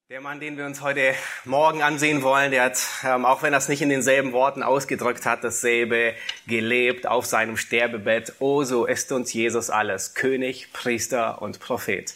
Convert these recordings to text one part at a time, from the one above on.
Der Mann, den wir uns heute Morgen ansehen wollen, der hat, auch wenn er es nicht in denselben Worten ausgedrückt hat, dasselbe gelebt auf seinem Sterbebett. Oh, so ist uns Jesus alles, König, Priester und Prophet.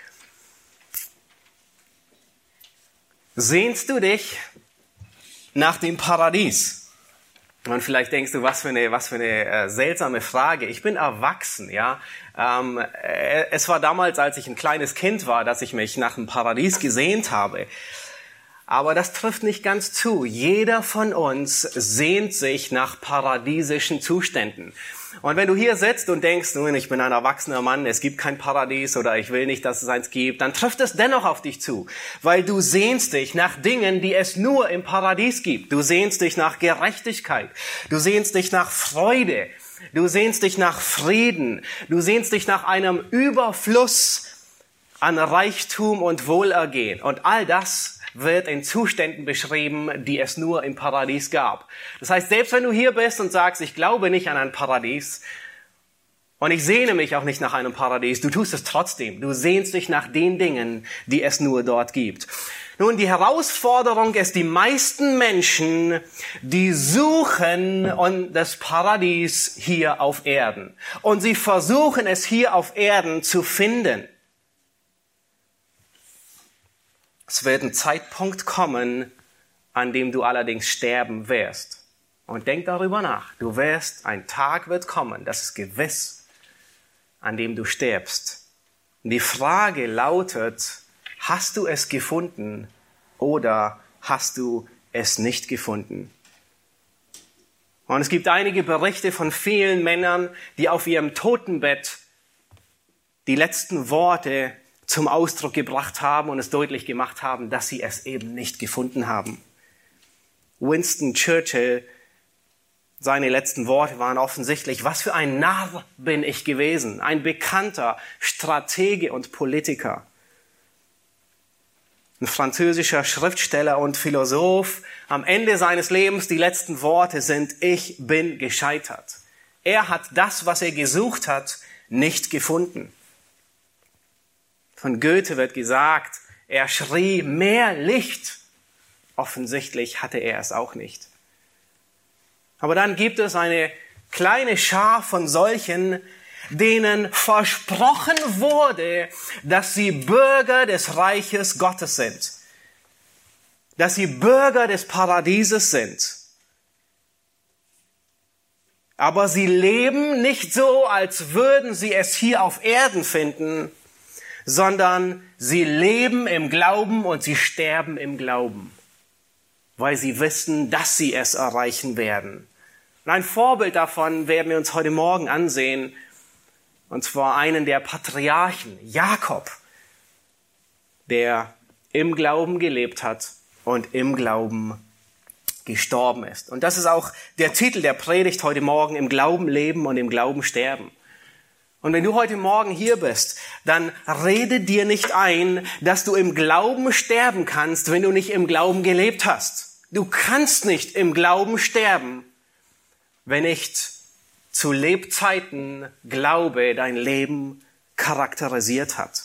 Sehnst du dich nach dem Paradies? Und vielleicht denkst du, was für eine seltsame Frage. Ich bin erwachsen, ja. Es war damals, als ich ein kleines Kind war, dass ich mich nach dem Paradies gesehnt habe. Aber das trifft nicht ganz zu. Jeder von uns sehnt sich nach paradiesischen Zuständen. Und wenn du hier sitzt und denkst, nun, ich bin ein erwachsener Mann, es gibt kein Paradies oder ich will nicht, dass es eins gibt, dann trifft es dennoch auf dich zu. Weil du sehnst dich nach Dingen, die es nur im Paradies gibt. Du sehnst dich nach Gerechtigkeit. Du sehnst dich nach Freude. Du sehnst dich nach Frieden. Du sehnst dich nach einem Überfluss an Reichtum und Wohlergehen. Und all das wird in Zuständen beschrieben, die es nur im Paradies gab. Das heißt, selbst wenn du hier bist und sagst, ich glaube nicht an ein Paradies und ich sehne mich auch nicht nach einem Paradies, du tust es trotzdem. Du sehnst dich nach den Dingen, die es nur dort gibt. Nun, die Herausforderung ist, die meisten Menschen, die suchen das Paradies hier auf Erden. Und sie versuchen es hier auf Erden zu finden. Es wird ein Zeitpunkt kommen, an dem du allerdings sterben wirst. Und denk darüber nach. Ein Tag wird kommen, das ist gewiss, an dem du stirbst. Und die Frage lautet, hast du es gefunden oder hast du es nicht gefunden? Und es gibt einige Berichte von vielen Männern, die auf ihrem Totenbett die letzten Worte zum Ausdruck gebracht haben und es deutlich gemacht haben, dass sie es eben nicht gefunden haben. Winston Churchill, seine letzten Worte waren offensichtlich, was für ein Narr bin ich gewesen, ein bekannter Stratege und Politiker. Ein französischer Schriftsteller und Philosoph, am Ende seines Lebens die letzten Worte sind, ich bin gescheitert. Er hat das, was er gesucht hat, nicht gefunden. Von Goethe wird gesagt, er schrie mehr Licht. Offensichtlich hatte er es auch nicht. Aber dann gibt es eine kleine Schar von solchen, denen versprochen wurde, dass sie Bürger des Reiches Gottes sind. Dass sie Bürger des Paradieses sind. Aber sie leben nicht so, als würden sie es hier auf Erden finden, sondern sie leben im Glauben und sie sterben im Glauben, weil sie wissen, dass sie es erreichen werden. Und ein Vorbild davon werden wir uns heute Morgen ansehen, und zwar einen der Patriarchen, Jakob, der im Glauben gelebt hat und im Glauben gestorben ist. Und das ist auch der Titel der Predigt heute Morgen, im Glauben leben und im Glauben sterben. Und wenn du heute Morgen hier bist, dann rede dir nicht ein, dass du im Glauben sterben kannst, wenn du nicht im Glauben gelebt hast. Du kannst nicht im Glauben sterben, wenn nicht zu Lebzeiten Glaube dein Leben charakterisiert hat.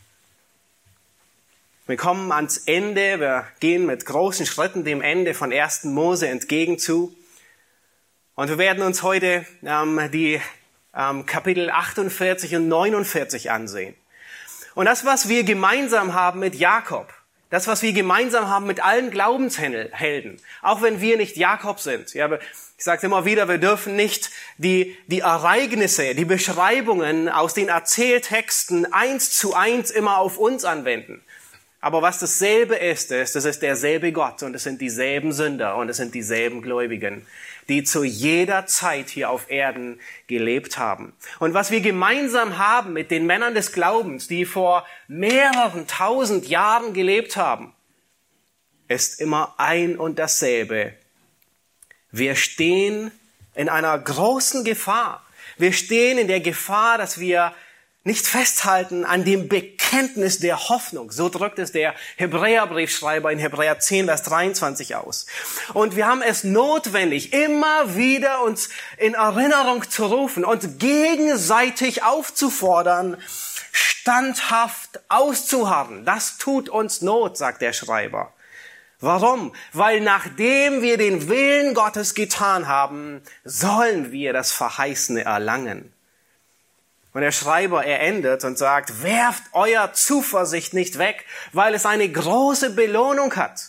Wir kommen ans Ende, wir gehen mit großen Schritten dem Ende von 1. Mose entgegen zu. Und wir werden uns heute die Kapitel 48 und 49 ansehen. Und das, was wir gemeinsam haben mit Jakob, das, was wir gemeinsam haben mit allen Glaubenshelden, auch wenn wir nicht Jakob sind. Ja, ich sage es immer wieder, wir dürfen nicht die Ereignisse, die Beschreibungen aus den Erzähltexten 1:1 immer auf uns anwenden. Aber was dasselbe ist, das ist derselbe Gott und es sind dieselben Sünder und es sind dieselben Gläubigen, die zu jeder Zeit hier auf Erden gelebt haben. Und was wir gemeinsam haben mit den Männern des Glaubens, die vor mehreren tausend Jahren gelebt haben, ist immer ein und dasselbe. Wir stehen in einer großen Gefahr. Wir stehen in der Gefahr, dass wir nicht festhalten an dem Bekenntnis der Hoffnung. So drückt es der Hebräerbriefschreiber in Hebräer 10, Vers 23 aus. Und wir haben es notwendig, immer wieder uns in Erinnerung zu rufen und gegenseitig aufzufordern, standhaft auszuharren. Das tut uns Not, sagt der Schreiber. Warum? Weil nachdem wir den Willen Gottes getan haben, sollen wir das Verheißene erlangen. Und der Schreiber, er endet und sagt, werft euer Zuversicht nicht weg, weil es eine große Belohnung hat.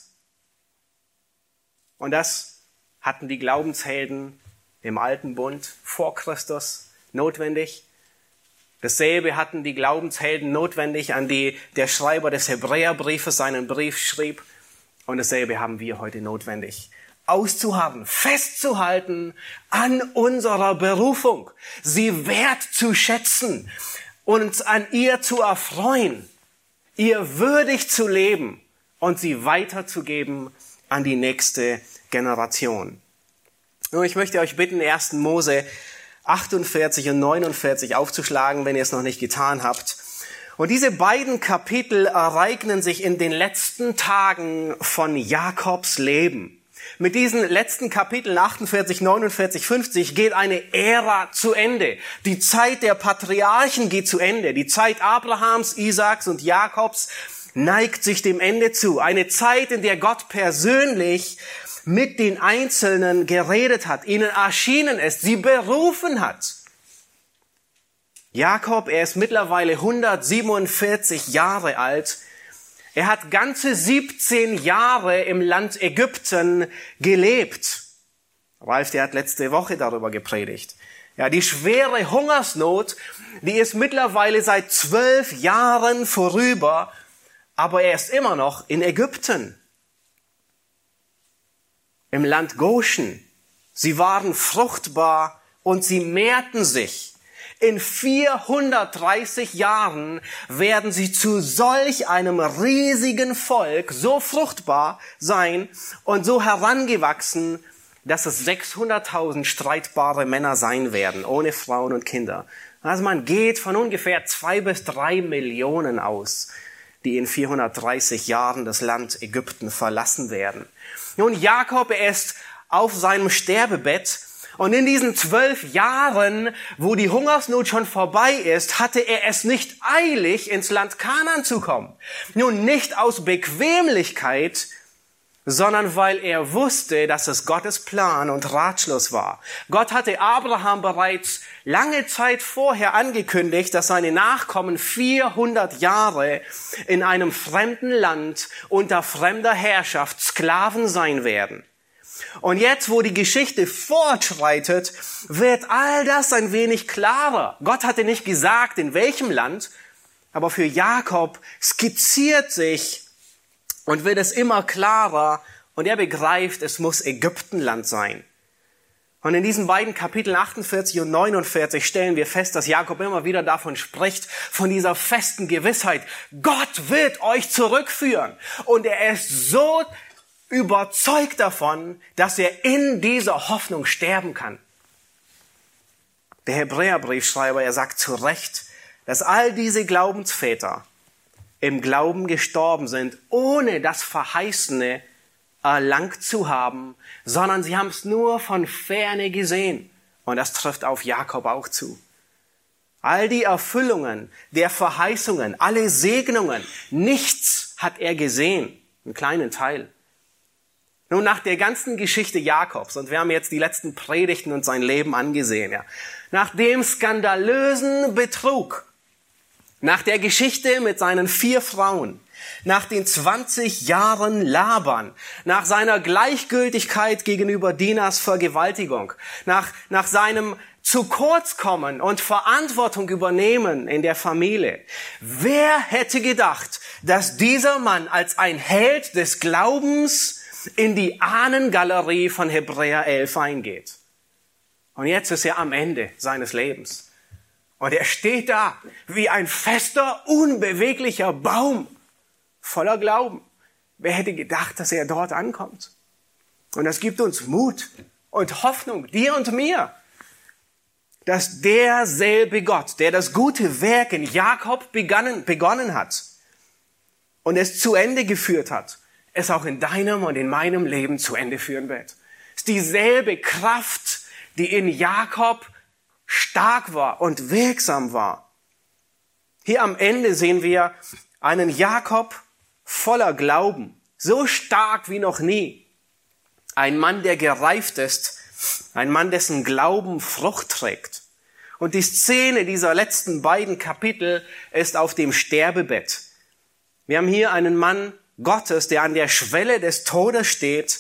Und das hatten die Glaubenshelden im Alten Bund vor Christus notwendig. Dasselbe hatten die Glaubenshelden notwendig, an die der Schreiber des Hebräerbriefes seinen Brief schrieb. Und dasselbe haben wir heute notwendig. Auszuharren, festzuhalten an unserer Berufung, sie wert zu schätzen, uns an ihr zu erfreuen, ihr würdig zu leben und sie weiterzugeben an die nächste Generation. Und ich möchte euch bitten, 1. Mose 48 und 49 aufzuschlagen, wenn ihr es noch nicht getan habt. Und diese beiden Kapitel ereignen sich in den letzten Tagen von Jakobs Leben. Mit diesen letzten Kapiteln 48, 49, 50 geht eine Ära zu Ende. Die Zeit der Patriarchen geht zu Ende. Die Zeit Abrahams, Isaaks und Jakobs neigt sich dem Ende zu. Eine Zeit, in der Gott persönlich mit den Einzelnen geredet hat, ihnen erschienen ist, sie berufen hat. Jakob, er ist mittlerweile 147 Jahre alt. Er hat ganze 17 Jahre im Land Ägypten gelebt. Ralf, der hat letzte Woche darüber gepredigt. Ja, die schwere Hungersnot, die ist mittlerweile seit 12 Jahren vorüber, aber er ist immer noch in Ägypten. Im Land Goshen. Sie waren fruchtbar und sie mehrten sich. In 430 Jahren werden sie zu solch einem riesigen Volk so fruchtbar sein und so herangewachsen, dass es 600.000 streitbare Männer sein werden, ohne Frauen und Kinder. Also man geht von ungefähr 2 bis 3 Millionen aus, die in 430 Jahren das Land Ägypten verlassen werden. Nun, Jakob, er ist auf seinem Sterbebett. Und in diesen 12 Jahren, wo die Hungersnot schon vorbei ist, hatte er es nicht eilig, ins Land Kanaan zu kommen. Nun, nicht aus Bequemlichkeit, sondern weil er wusste, dass es Gottes Plan und Ratschluss war. Gott hatte Abraham bereits lange Zeit vorher angekündigt, dass seine Nachkommen 400 Jahre in einem fremden Land unter fremder Herrschaft Sklaven sein werden. Und jetzt, wo die Geschichte fortschreitet, wird all das ein wenig klarer. Gott hatte nicht gesagt, in welchem Land, aber für Jakob skizziert sich und wird es immer klarer und er begreift, es muss Ägyptenland sein. Und in diesen beiden Kapiteln 48 und 49 stellen wir fest, dass Jakob immer wieder davon spricht, von dieser festen Gewissheit, Gott wird euch zurückführen. Und er ist so überzeugt davon, dass er in dieser Hoffnung sterben kann. Der Hebräerbriefschreiber, er sagt zu Recht, dass all diese Glaubensväter im Glauben gestorben sind, ohne das Verheißene erlangt zu haben, sondern sie haben es nur von Ferne gesehen. Und das trifft auf Jakob auch zu. All die Erfüllungen der Verheißungen, alle Segnungen, nichts hat er gesehen, einen kleinen Teil. Nun, nach der ganzen Geschichte Jakobs, und wir haben jetzt die letzten Predigten und sein Leben angesehen, ja, nach dem skandalösen Betrug, nach der Geschichte mit seinen 4 Frauen, nach den 20 Jahren Laban, nach seiner Gleichgültigkeit gegenüber Dinas Vergewaltigung, nach seinem zu kurz kommen und Verantwortung übernehmen in der Familie. Wer hätte gedacht, dass dieser Mann als ein Held des Glaubens in die Ahnengalerie von Hebräer 11 eingeht? Und jetzt ist er am Ende seines Lebens. Und er steht da wie ein fester, unbeweglicher Baum voller Glauben. Wer hätte gedacht, dass er dort ankommt? Und das gibt uns Mut und Hoffnung, dir und mir, dass derselbe Gott, der das gute Werk in Jakob begonnen hat und es zu Ende geführt hat, es auch in deinem und in meinem Leben zu Ende führen wird. Es ist dieselbe Kraft, die in Jakob stark war und wirksam war. Hier am Ende sehen wir einen Jakob voller Glauben, so stark wie noch nie. Ein Mann, der gereift ist, ein Mann, dessen Glauben Frucht trägt. Und die Szene dieser letzten beiden Kapitel ist auf dem Sterbebett. Wir haben hier einen Mann Gottes, der an der Schwelle des Todes steht.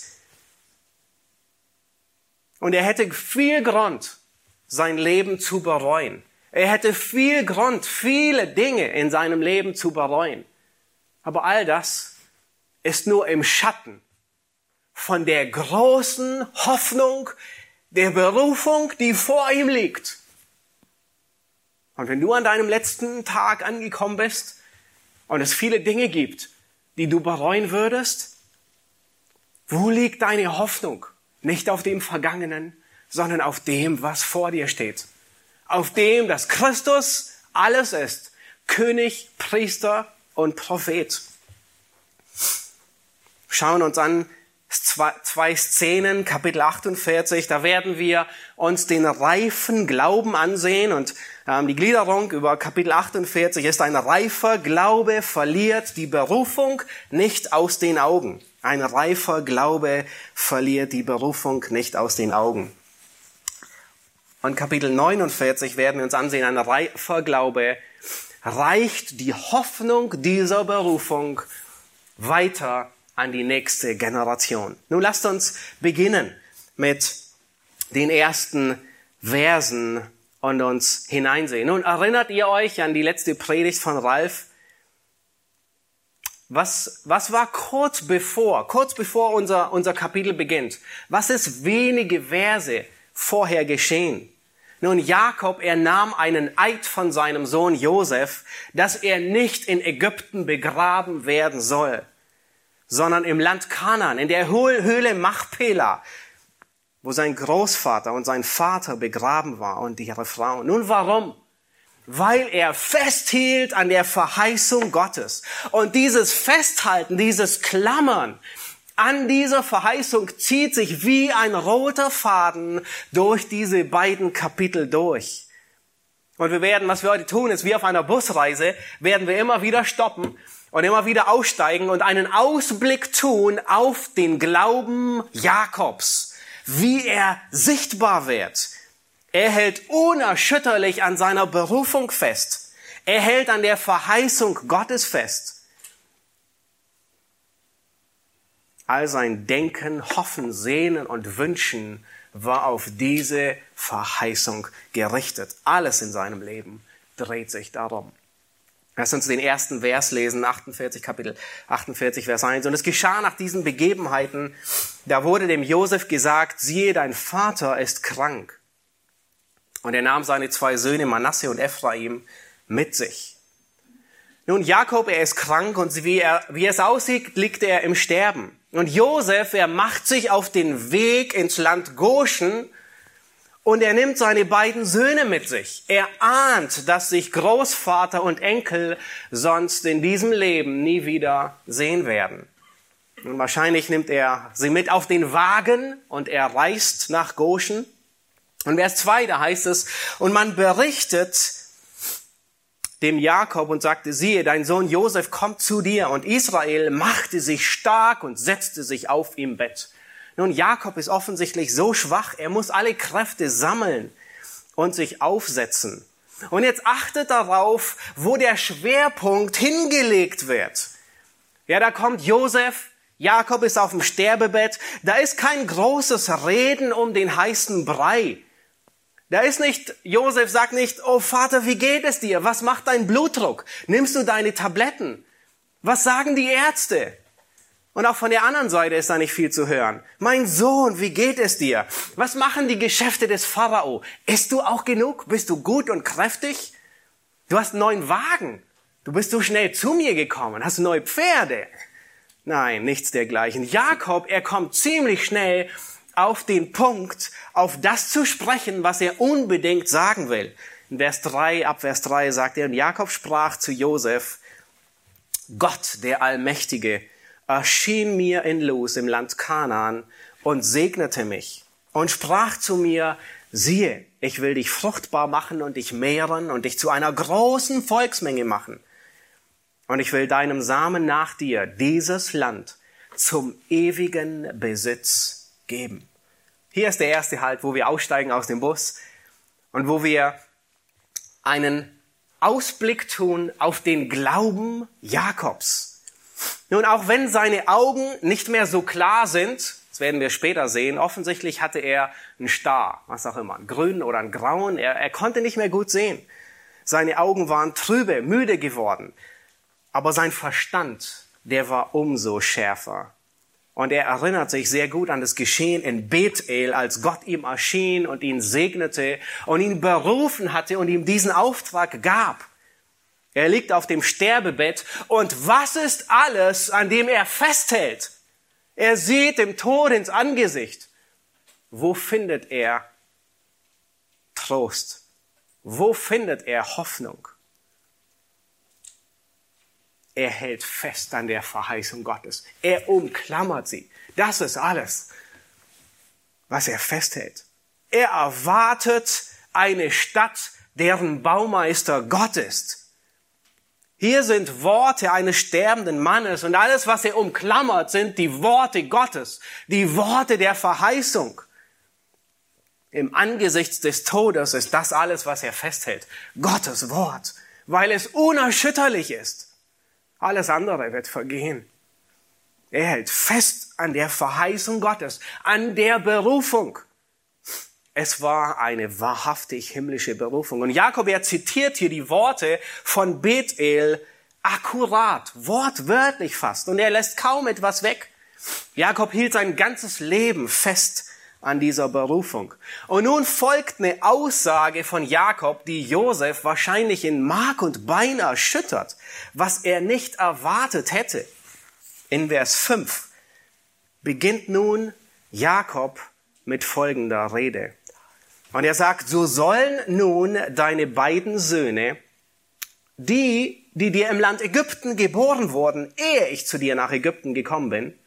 Und er hätte viel Grund, sein Leben zu bereuen. Er hätte viel Grund, viele Dinge in seinem Leben zu bereuen. Aber all das ist nur im Schatten von der großen Hoffnung, der Berufung, die vor ihm liegt. Und wenn du an deinem letzten Tag angekommen bist und es viele Dinge gibt, die du bereuen würdest, wo liegt deine Hoffnung? Nicht auf dem Vergangenen, sondern auf dem, was vor dir steht. Auf dem, dass Christus alles ist. König, Priester und Prophet. Schauen uns an zwei Szenen, Kapitel 48, da werden wir uns den reifen Glauben ansehen und die Gliederung über Kapitel 48 ist: ein reifer Glaube verliert die Berufung nicht aus den Augen. Ein reifer Glaube verliert die Berufung nicht aus den Augen. Und Kapitel 49 werden wir uns ansehen: ein reifer Glaube reicht die Hoffnung dieser Berufung weiter an die nächste Generation. Nun lasst uns beginnen mit den ersten Versen und uns hineinsehen. Nun erinnert ihr euch an die letzte Predigt von Ralf? Was war kurz bevor unser Kapitel beginnt? Was ist wenige Verse vorher geschehen? Nun, Jakob, er nahm einen Eid von seinem Sohn Josef, dass er nicht in Ägypten begraben werden soll, sondern im Land Kanaan, in der Höhle Machpela, wo sein Großvater und sein Vater begraben war und ihre Frauen. Nun, warum? Weil er festhielt an der Verheißung Gottes. Und dieses Festhalten, dieses Klammern an dieser Verheißung zieht sich wie ein roter Faden durch diese beiden Kapitel durch. Und was wir heute tun, ist, wie auf einer Busreise, werden wir immer wieder stoppen und immer wieder aussteigen und einen Ausblick tun auf den Glauben Jakobs, wie er sichtbar wird. Er hält unerschütterlich an seiner Berufung fest. Er hält an der Verheißung Gottes fest. All sein Denken, Hoffen, Sehnen und Wünschen war auf diese Verheißung gerichtet. Alles in seinem Leben dreht sich darum. Lass uns den ersten Vers lesen, Kapitel 48, Vers 1. Und es geschah nach diesen Begebenheiten, da wurde dem Josef gesagt: siehe, dein Vater ist krank. Und er nahm seine 2 Söhne, Manasse und Ephraim, mit sich. Nun, Jakob, er ist krank und wie es aussieht, liegt er im Sterben. Und Josef, er macht sich auf den Weg ins Land Goshen und er nimmt seine beiden Söhne mit sich. Er ahnt, dass sich Großvater und Enkel sonst in diesem Leben nie wieder sehen werden. Und wahrscheinlich nimmt er sie mit auf den Wagen und er reist nach Goshen. Und Vers 2, da heißt es: und man berichtet dem Jakob und sagte: siehe, dein Sohn Josef kommt zu dir. Und Israel machte sich stark und setzte sich auf ihm Bett. Nun, Jakob ist offensichtlich so schwach, er muss alle Kräfte sammeln und sich aufsetzen. Und jetzt achtet darauf, wo der Schwerpunkt hingelegt wird. Ja, da kommt Josef, Jakob ist auf dem Sterbebett, da ist kein großes Reden um den heißen Brei. Da ist nicht, Josef sagt nicht: oh Vater, wie geht es dir? Was macht dein Blutdruck? Nimmst du deine Tabletten? Was sagen die Ärzte? Und auch von der anderen Seite ist da nicht viel zu hören. Mein Sohn, wie geht es dir? Was machen die Geschäfte des Pharao? Isst du auch genug? Bist du gut und kräftig? Du hast einen neuen Wagen. Du bist so schnell zu mir gekommen. Hast neue Pferde? Nein, nichts dergleichen. Jakob, er kommt ziemlich schnell auf den Punkt, auf das zu sprechen, was er unbedingt sagen will. In Vers 3, ab Vers 3 sagt er: und Jakob sprach zu Josef: Gott, der Allmächtige, erschien mir in Luz im Land Kanaan und segnete mich und sprach zu mir: siehe, ich will dich fruchtbar machen und dich mehren und dich zu einer großen Volksmenge machen. Und ich will deinem Samen nach dir dieses Land zum ewigen Besitz geben. Hier ist der erste Halt, wo wir aussteigen aus dem Bus und wo wir einen Ausblick tun auf den Glauben Jakobs. Nun, auch wenn seine Augen nicht mehr so klar sind, das werden wir später sehen, offensichtlich hatte er einen Star, was auch immer, einen grünen oder einen grauen, er konnte nicht mehr gut sehen. Seine Augen waren trübe, müde geworden, aber sein Verstand, der war umso schärfer. Und er erinnert sich sehr gut an das Geschehen in Bethel, als Gott ihm erschien und ihn segnete und ihn berufen hatte und ihm diesen Auftrag gab. Er liegt auf dem Sterbebett und was ist alles, an dem er festhält? Er sieht dem Tod ins Angesicht. Wo findet er Trost? Wo findet er Hoffnung? Er hält fest an der Verheißung Gottes. Er umklammert sie. Das ist alles, was er festhält. Er erwartet eine Stadt, deren Baumeister Gott ist. Hier sind Worte eines sterbenden Mannes und alles, was er umklammert, sind die Worte Gottes, die Worte der Verheißung. Im Angesicht des Todes ist das alles, was er festhält. Gottes Wort, weil es unerschütterlich ist. Alles andere wird vergehen. Er hält fest an der Verheißung Gottes, an der Berufung. Es war eine wahrhaftig himmlische Berufung. Und Jakob, er zitiert hier die Worte von Bethel akkurat, wortwörtlich fast. Und er lässt kaum etwas weg. Jakob hielt sein ganzes Leben fest an dieser Berufung. Und nun folgt eine Aussage von Jakob, die Josef wahrscheinlich in Mark und Bein erschüttert, was er nicht erwartet hätte. In Vers 5 beginnt nun Jakob mit folgender Rede. Und er sagt, so sollen nun deine beiden Söhne, die dir im Land Ägypten geboren wurden, ehe ich zu dir nach Ägypten gekommen bin,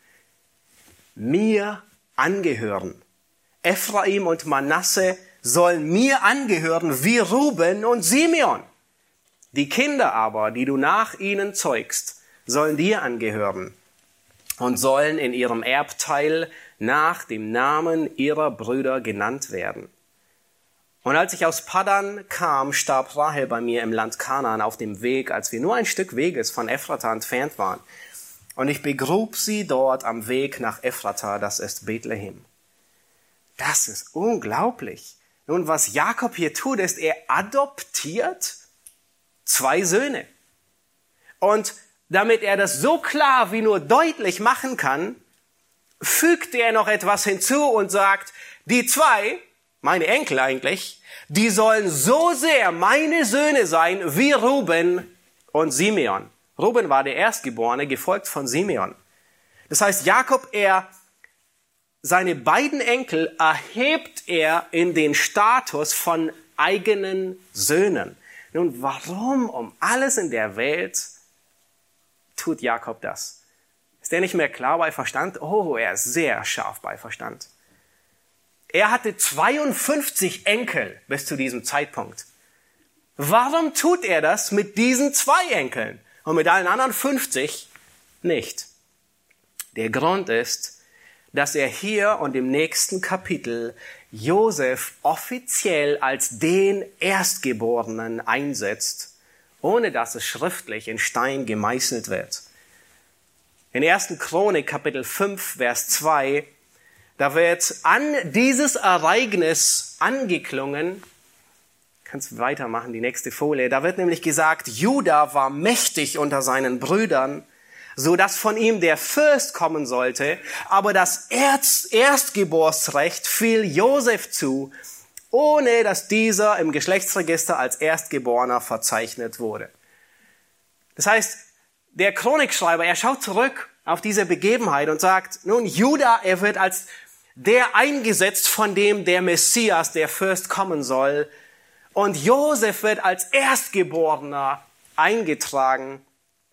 mir angehören. Ephraim und Manasse sollen mir angehören wie Ruben und Simeon. Die Kinder aber, die du nach ihnen zeugst, sollen dir angehören und sollen in ihrem Erbteil nach dem Namen ihrer Brüder genannt werden. Und als ich aus Paddan kam, starb Rahel bei mir im Land Kanaan auf dem Weg, als wir nur ein Stück Weges von Ephrata entfernt waren. Und ich begrub sie dort am Weg nach Ephrata, das ist Bethlehem. Das ist unglaublich. Nun, was Jakob hier tut, ist, er adoptiert 2 Söhne. Und damit er das so klar wie nur deutlich machen kann, fügt er noch etwas hinzu und sagt, die 2, meine Enkel eigentlich, die sollen so sehr meine Söhne sein wie Ruben und Simeon. Ruben war der Erstgeborene, gefolgt von Simeon. Das heißt, Jakob, seine beiden Enkel erhebt er in den Status von eigenen Söhnen. Nun, warum um alles in der Welt tut Jakob das? Ist er nicht mehr klar bei Verstand? Oh, er ist sehr scharf bei Verstand. Er hatte 52 Enkel bis zu diesem Zeitpunkt. Warum tut er das mit diesen 2 Enkeln und mit allen anderen 50 nicht? Der Grund ist, dass er hier und im nächsten Kapitel Josef offiziell als den Erstgeborenen einsetzt, ohne dass es schriftlich in Stein gemeißelt wird. In 1. Chronik, Kapitel 5, Vers 2, da wird an dieses Ereignis angeklungen, kannst weitermachen, die nächste Folie, da wird nämlich gesagt, Juda war mächtig unter seinen Brüdern, so dass von ihm der Fürst kommen sollte, aber das Erstgeburtsrecht fiel Josef zu, ohne dass dieser im Geschlechtsregister als Erstgeborener verzeichnet wurde. Das heißt, der Chronikschreiber, er schaut zurück auf diese Begebenheit und sagt, nun, Juda, er wird als der eingesetzt, von dem der Messias, der Fürst, kommen soll, und Josef wird als Erstgeborener eingetragen,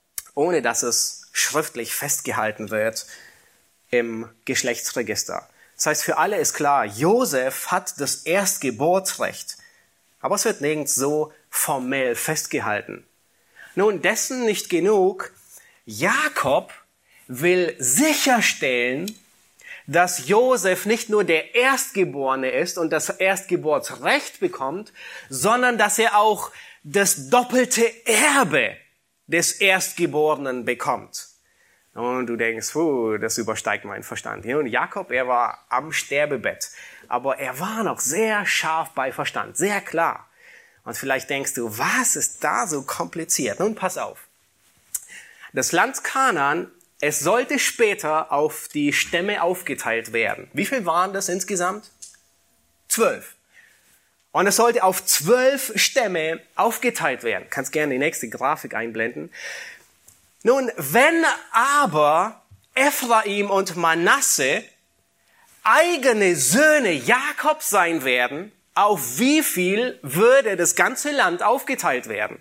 ohne dass es schriftlich festgehalten wird im Geschlechtsregister. Das heißt, für alle ist klar, Josef hat das Erstgeburtsrecht. Aber es wird nirgends so formell festgehalten. Nun, dessen nicht genug. Jakob will sicherstellen, dass Josef nicht nur der Erstgeborene ist und das Erstgeburtsrecht bekommt, sondern dass er auch das doppelte Erbe des Erstgeborenen bekommt. Und du denkst, das übersteigt meinen Verstand. Und Jakob, er war am Sterbebett, aber er war noch sehr scharf bei Verstand, sehr klar. Und vielleicht denkst du, was ist da so kompliziert? Nun, pass auf. Das Land Kanaan, es sollte später auf die Stämme aufgeteilt werden. Wie viel waren das insgesamt? 12. Und es sollte auf 12 Stämme aufgeteilt werden. Kannst gerne die nächste Grafik einblenden. Nun, wenn aber Ephraim und Manasse eigene Söhne Jakobs sein werden, auf wie viel würde das ganze Land aufgeteilt werden?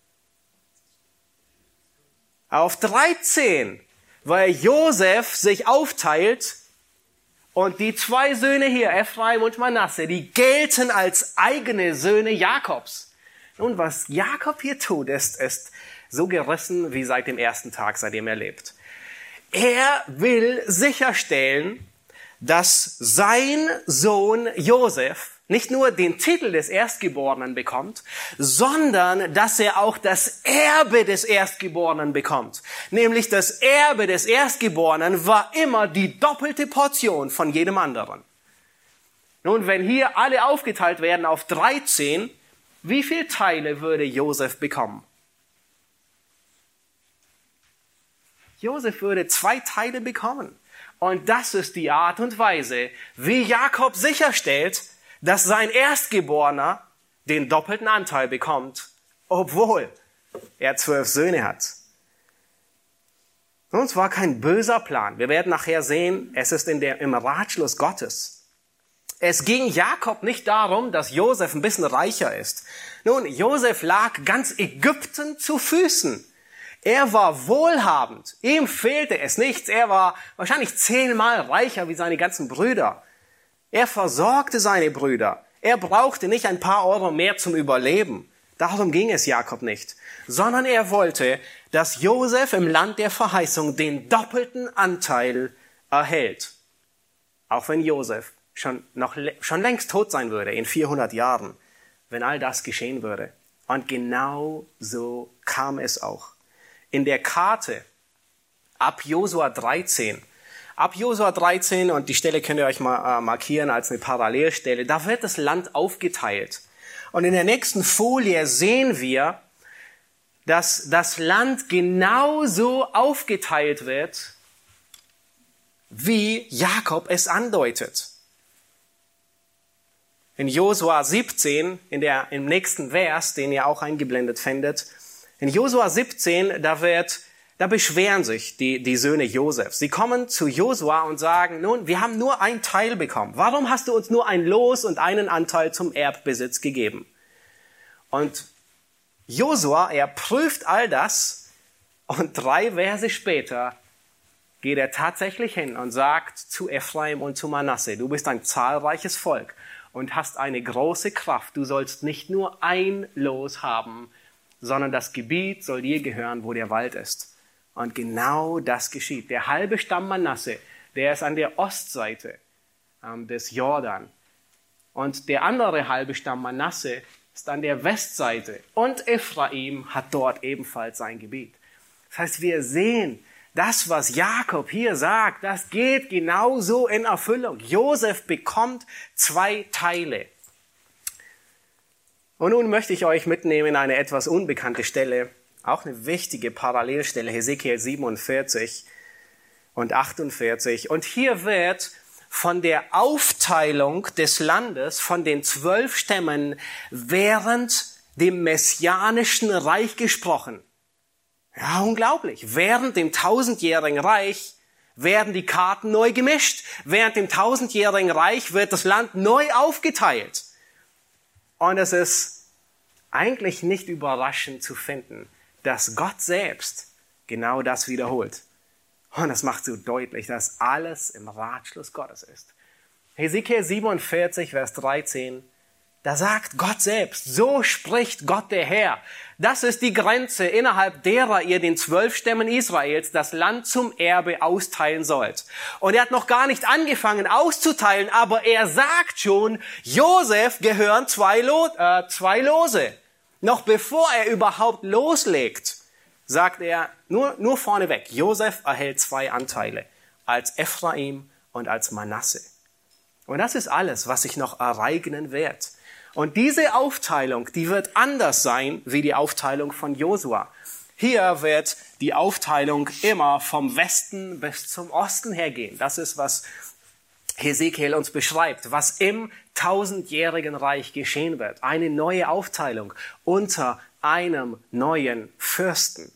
Auf 13, weil Josef sich aufteilt und die 2 Söhne hier, Ephraim und Manasse, die gelten als eigene Söhne Jakobs. Nun, was Jakob hier tut, ist so gerissen wie seit dem ersten Tag, seitdem er lebt. Er will sicherstellen, dass sein Sohn Josef nicht nur den Titel des Erstgeborenen bekommt, sondern dass er auch das Erbe des Erstgeborenen bekommt. Nämlich das Erbe des Erstgeborenen war immer die doppelte Portion von jedem anderen. Nun, wenn hier alle aufgeteilt werden auf 13, wie viele Teile würde Josef bekommen? Josef würde 2 Teile bekommen. Und das ist die Art und Weise, wie Jakob sicherstellt, dass sein Erstgeborener den doppelten Anteil bekommt, obwohl er 12 Söhne hat. Und es war kein böser Plan. Wir werden nachher sehen, es ist im Ratschluss Gottes. Es ging Jakob nicht darum, dass Josef ein bisschen reicher ist. Nun, Josef lag ganz Ägypten zu Füßen. Er war wohlhabend. Ihm fehlte es nichts. Er war wahrscheinlich 10-mal reicher wie seine ganzen Brüder. Er versorgte seine Brüder. Er brauchte nicht ein paar Euro mehr zum Überleben. Darum ging es Jakob nicht. Sondern er wollte, dass Josef im Land der Verheißung den doppelten Anteil erhält. Auch wenn Josef schon längst tot sein würde, in 400 Jahren, wenn all das geschehen würde. Und genau so kam es auch. In der Karte ab Josua 13, und die Stelle könnt ihr euch mal markieren als eine Parallelstelle, da wird das Land aufgeteilt. Und in der nächsten Folie sehen wir, dass das Land genauso aufgeteilt wird, wie Jakob es andeutet. In Josua 17, im nächsten Vers, den ihr auch eingeblendet findet, in Josua 17, da beschweren sich die Söhne Josefs. Sie kommen zu Josua und sagen, nun, wir haben nur ein Teil bekommen. Warum hast du uns nur ein Los und einen Anteil zum Erbbesitz gegeben? Und Josua, er prüft all das und 3 Verse später geht er tatsächlich hin und sagt zu Ephraim und zu Manasse, du bist ein zahlreiches Volk und hast eine große Kraft. Du sollst nicht nur ein Los haben, sondern das Gebiet soll dir gehören, wo der Wald ist. Und genau das geschieht. Der halbe Stamm Manasse, der ist an der Ostseite des Jordan. Und der andere halbe Stamm Manasse ist an der Westseite. Und Ephraim hat dort ebenfalls sein Gebiet. Das heißt, wir sehen, das, was Jakob hier sagt, das geht genauso in Erfüllung. Josef bekommt 2 Teile. Und nun möchte ich euch mitnehmen in eine etwas unbekannte Stelle, auch eine wichtige Parallelstelle, Hesekiel 47 und 48. Und hier wird von der Aufteilung des Landes, von den 12 Stämmen während dem messianischen Reich gesprochen. Ja, unglaublich. Während dem 1000-jährigen Reich werden die Karten neu gemischt. Während dem 1000-jährigen Reich wird das Land neu aufgeteilt. Und es ist eigentlich nicht überraschend zu finden, dass Gott selbst genau das wiederholt. Und das macht so deutlich, dass alles im Ratschluss Gottes ist. Hesekiel 47, Vers 13, da sagt Gott selbst, so spricht Gott der Herr. Das ist die Grenze, innerhalb derer ihr den 12 Stämmen Israels das Land zum Erbe austeilen sollt. Und er hat noch gar nicht angefangen auszuteilen, aber er sagt schon, Josef gehören zwei Lose. Noch bevor er überhaupt loslegt, sagt er, nur vorneweg, Josef erhält 2 Anteile, als Ephraim und als Manasse. Und das ist alles, was sich noch ereignen wird. Und diese Aufteilung, die wird anders sein wie die Aufteilung von Josua. Hier wird die Aufteilung immer vom Westen bis zum Osten hergehen. Das ist, was Hesekiel uns beschreibt, was im 1000-jährigen Reich geschehen wird. Eine neue Aufteilung unter einem neuen Fürsten.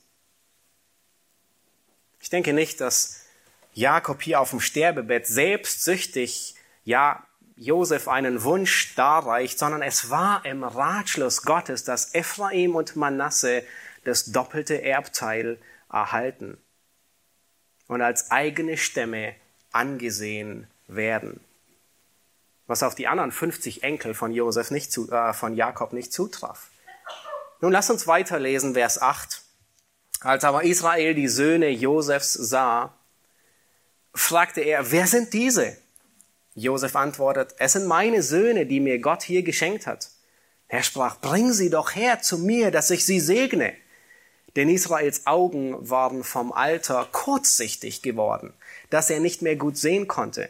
Ich denke nicht, dass Jakob hier auf dem Sterbebett selbstsüchtig, Josef einen Wunsch darreicht, sondern es war im Ratschluss Gottes, dass Ephraim und Manasse das doppelte Erbteil erhalten und als eigene Stämme angesehen werden. Was auf die anderen 50 Enkel von Jakob nicht zutraf. Nun lass uns weiterlesen, Vers 8. Als aber Israel die Söhne Josefs sah, fragte er, wer sind diese? Josef antwortet, es sind meine Söhne, die mir Gott hier geschenkt hat. Er sprach, bring sie doch her zu mir, dass ich sie segne. Denn Israels Augen waren vom Alter kurzsichtig geworden, dass er nicht mehr gut sehen konnte.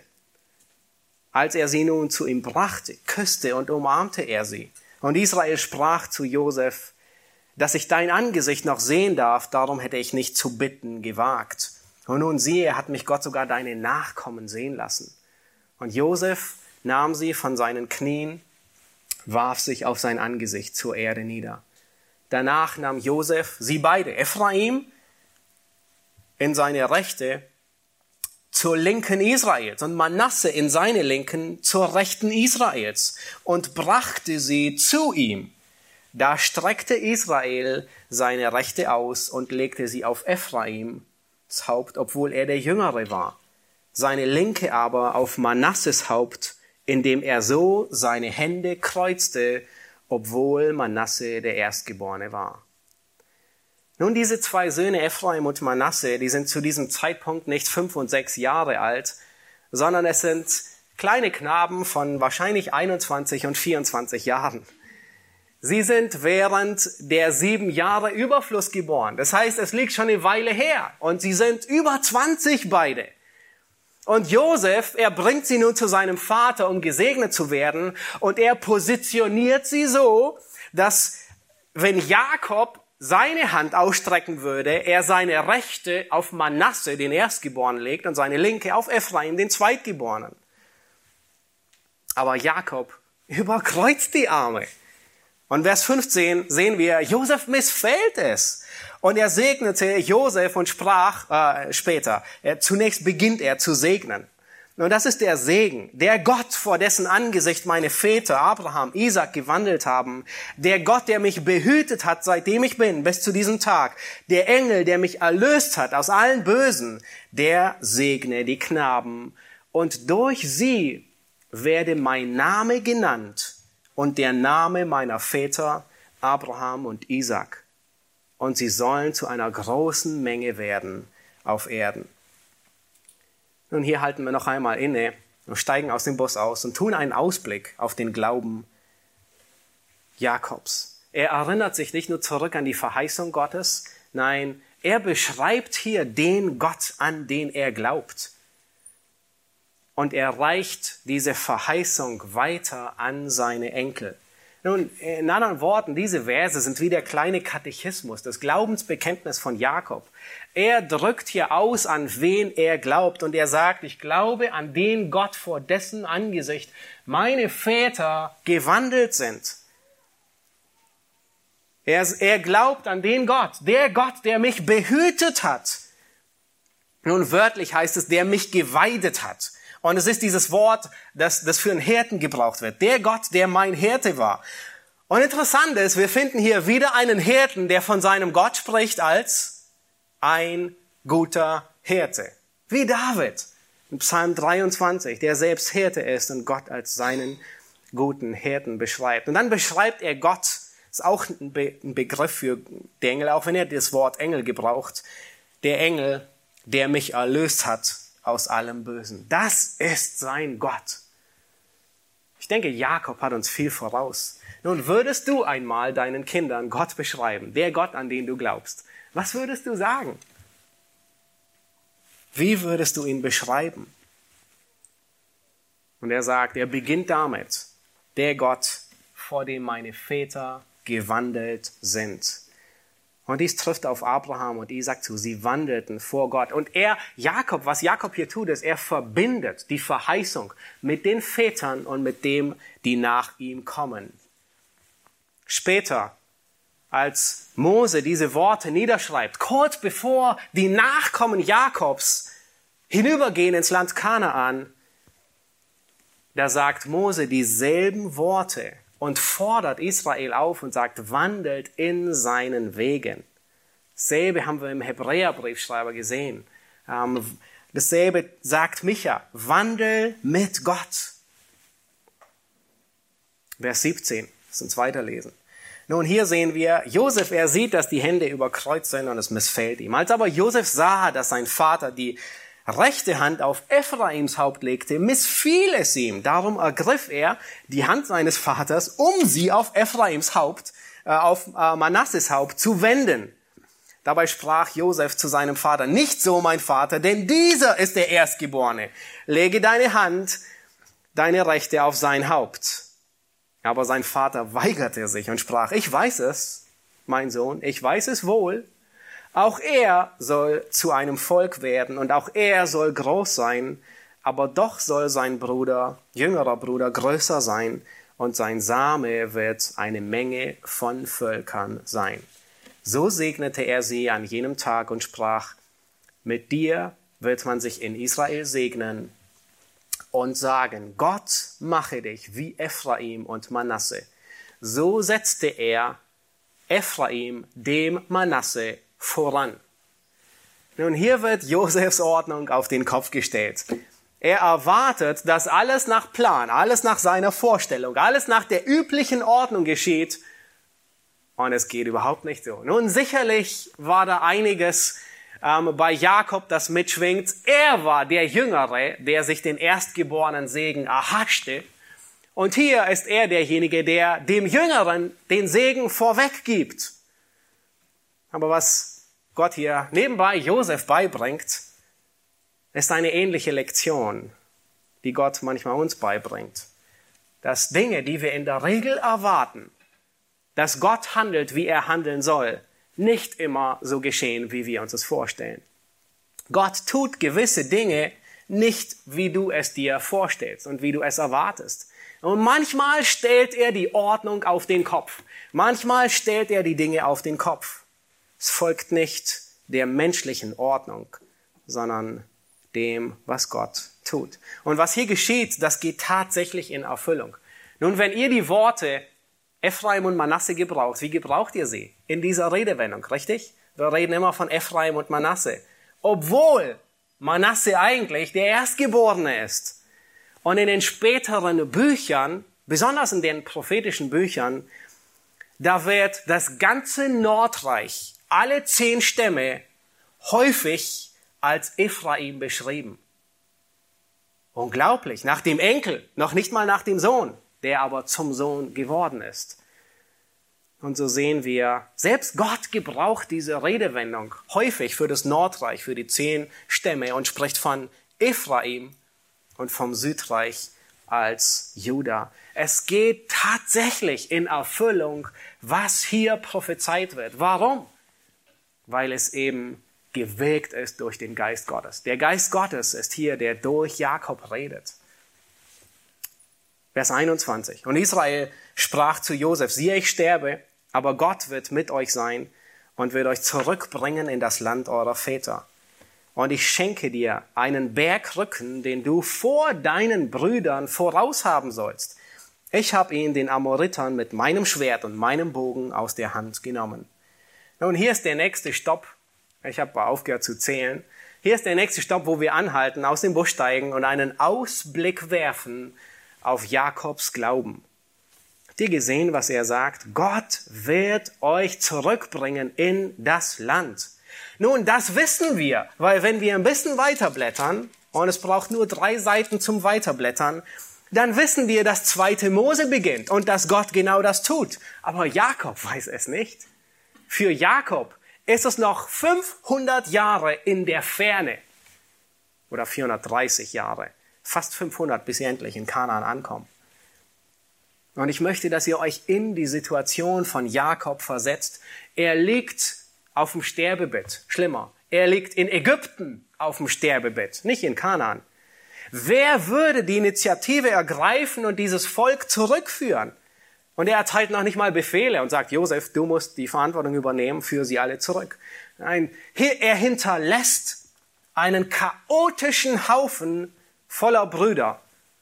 Als er sie nun zu ihm brachte, küsste und umarmte er sie. Und Israel sprach zu Josef, dass ich dein Angesicht noch sehen darf, darum hätte ich nicht zu bitten gewagt. Und nun siehe, hat mich Gott sogar deine Nachkommen sehen lassen. Und Josef nahm sie von seinen Knien, warf sich auf sein Angesicht zur Erde nieder. Danach nahm Josef sie beide, Ephraim in seine Rechte, zur Linken Israels und Manasse in seine Linken zur Rechten Israels und brachte sie zu ihm. Da streckte Israel seine Rechte aus und legte sie auf Ephraims Haupt, obwohl er der Jüngere war. Seine Linke aber auf Manasses Haupt, indem er so seine Hände kreuzte, obwohl Manasse der Erstgeborene war. Nun, diese 2 Söhne, Ephraim und Manasse, die sind zu diesem Zeitpunkt nicht 5 und 6 Jahre alt, sondern es sind kleine Knaben von wahrscheinlich 21 und 24 Jahren. Sie sind während der 7 Jahre Überfluss geboren. Das heißt, es liegt schon eine Weile her und sie sind über 20 beide. Und Josef, er bringt sie nun zu seinem Vater, um gesegnet zu werden. Und er positioniert sie so, dass wenn Jakob seine Hand ausstrecken würde, er seine Rechte auf Manasse, den Erstgeborenen, legt und seine Linke auf Ephraim, den Zweitgeborenen. Aber Jakob überkreuzt die Arme. Und Vers 15 sehen wir, Josef missfällt es. Und er segnete Josef und sprach zunächst beginnt er zu segnen. Und das ist der Segen, der Gott, vor dessen Angesicht meine Väter Abraham, Isaac gewandelt haben, der Gott, der mich behütet hat, seitdem ich bin, bis zu diesem Tag, der Engel, der mich erlöst hat aus allen Bösen, der segne die Knaben. Und durch sie werde mein Name genannt und der Name meiner Väter Abraham und Isaac. Und sie sollen zu einer großen Menge werden auf Erden. Nun, hier halten wir noch einmal inne und steigen aus dem Bus aus und tun einen Ausblick auf den Glauben Jakobs. Er erinnert sich nicht nur zurück an die Verheißung Gottes, nein, er beschreibt hier den Gott, an den er glaubt. Und er reicht diese Verheißung weiter an seine Enkel. Nun, in anderen Worten, diese Verse sind wie der kleine Katechismus, das Glaubensbekenntnis von Jakob. Er drückt hier aus, an wen er glaubt. Und er sagt, ich glaube an den Gott, vor dessen Angesicht meine Väter gewandelt sind. Er glaubt an den Gott, der mich behütet hat. Nun, wörtlich heißt es, der mich geweidet hat. Und es ist dieses Wort, das für einen Hirten gebraucht wird. Der Gott, der mein Hirte war. Und interessant ist, wir finden hier wieder einen Hirten, der von seinem Gott spricht als ein guter Hirte. Wie David. In Psalm 23, der selbst Hirte ist und Gott als seinen guten Hirten beschreibt. Und dann beschreibt er Gott, ist auch ein Begriff für den Engel, auch wenn er das Wort Engel gebraucht, der Engel, der mich erlöst hat aus allem Bösen. Das ist sein Gott. Ich denke, Jakob hat uns viel voraus. Nun, würdest du einmal deinen Kindern Gott beschreiben, der Gott, an den du glaubst, was würdest du sagen? Wie würdest du ihn beschreiben? Und er sagt, er beginnt damit, der Gott, vor dem meine Väter gewandelt sind. Und dies trifft auf Abraham und Isaac zu. Sie wandelten vor Gott. Und was Jakob hier tut, ist, er verbindet die Verheißung mit den Vätern und mit dem, die nach ihm kommen. Später, als Mose diese Worte niederschreibt, kurz bevor die Nachkommen Jakobs hinübergehen ins Land Kanaan, da sagt Mose dieselben Worte und fordert Israel auf und sagt, wandelt in seinen Wegen. Dasselbe haben wir im Hebräerbriefschreiber gesehen. Dasselbe sagt Micha, wandel mit Gott. Vers 17, lass uns weiterlesen. Nun, hier sehen wir, Josef, er sieht, dass die Hände überkreuzt sind und es missfällt ihm. Als aber Josef sah, dass sein Vater die rechte Hand auf Ephraims Haupt legte, missfiel es ihm. Darum ergriff er die Hand seines Vaters, um sie auf Ephraims Haupt, auf Manasses Haupt zu wenden. Dabei sprach Josef zu seinem Vater, nicht so, mein Vater, denn dieser ist der Erstgeborene. Lege deine Hand, deine rechte, auf sein Haupt. Aber sein Vater weigerte sich und sprach, ich weiß es, mein Sohn, ich weiß es wohl. Auch er soll zu einem Volk werden und auch er soll groß sein, aber doch soll sein Bruder, jüngerer Bruder, größer sein und sein Same wird eine Menge von Völkern sein. So segnete er sie an jenem Tag und sprach, mit dir wird man sich in Israel segnen und sagen, Gott mache dich wie Ephraim und Manasse. So setzte er Ephraim dem Manasse voran. Nun, hier wird Josefs Ordnung auf den Kopf gestellt. Er erwartet, dass alles nach Plan, alles nach seiner Vorstellung, alles nach der üblichen Ordnung geschieht. Und es geht überhaupt nicht so. Nun, sicherlich war da einiges bei Jakob, das mitschwingt. Er war der Jüngere, der sich den erstgeborenen Segen erhaschte. Und hier ist er derjenige, der dem Jüngeren den Segen vorweggibt. Aber was Gott hier nebenbei Josef beibringt, ist eine ähnliche Lektion, die Gott manchmal uns beibringt. Dass Dinge, die wir in der Regel erwarten, dass Gott handelt, wie er handeln soll, nicht immer so geschehen, wie wir uns das vorstellen. Gott tut gewisse Dinge nicht, wie du es dir vorstellst und wie du es erwartest. Und manchmal stellt er die Ordnung auf den Kopf. Manchmal stellt er die Dinge auf den Kopf. Es folgt nicht der menschlichen Ordnung, sondern dem, was Gott tut. Und was hier geschieht, das geht tatsächlich in Erfüllung. Nun, wenn ihr die Worte Ephraim und Manasse gebraucht, wie gebraucht ihr sie? In dieser Redewendung, richtig? Wir reden immer von Ephraim und Manasse. Obwohl Manasse eigentlich der Erstgeborene ist. Und in den späteren Büchern, besonders in den prophetischen Büchern, da wird das ganze Nordreich, alle 10 Stämme, häufig als Ephraim beschrieben. Unglaublich, nach dem Enkel, noch nicht mal nach dem Sohn, der aber zum Sohn geworden ist. Und so sehen wir, selbst Gott gebraucht diese Redewendung häufig für das Nordreich, für die 10 Stämme und spricht von Ephraim und vom Südreich als Juda. Es geht tatsächlich in Erfüllung, was hier prophezeit wird. Warum? Weil es eben gewirkt ist durch den Geist Gottes. Der Geist Gottes ist hier, der durch Jakob redet. Vers 21. Und Israel sprach zu Josef, siehe, ich sterbe, aber Gott wird mit euch sein und wird euch zurückbringen in das Land eurer Väter. Und ich schenke dir einen Bergrücken, den du vor deinen Brüdern voraus haben sollst. Ich habe ihn den Amoritern mit meinem Schwert und meinem Bogen aus der Hand genommen. Nun, hier ist der nächste Stopp. Ich habe aufgehört zu zählen. Hier ist der nächste Stopp, wo wir anhalten, aus dem Bus steigen und einen Ausblick werfen auf Jakobs Glauben. Habt ihr gesehen, was er sagt? Gott wird euch zurückbringen in das Land. Nun, das wissen wir, weil wenn wir ein bisschen weiterblättern, und es braucht nur 3 Seiten zum Weiterblättern, dann wissen wir, dass 2. Mose beginnt und dass Gott genau das tut. Aber Jakob weiß es nicht. Für Jakob ist es noch 500 Jahre in der Ferne. Oder 430 Jahre. Fast 500, bis sie endlich in Kanaan ankommen. Und ich möchte, dass ihr euch in die Situation von Jakob versetzt. Er liegt auf dem Sterbebett. Schlimmer. Er liegt in Ägypten auf dem Sterbebett, nicht in Kanaan. Wer würde die Initiative ergreifen und dieses Volk zurückführen? Und er erteilt noch nicht mal Befehle und sagt, Josef, du musst die Verantwortung übernehmen, führe sie alle zurück. Nein, er hinterlässt einen chaotischen Haufen voller Brüder,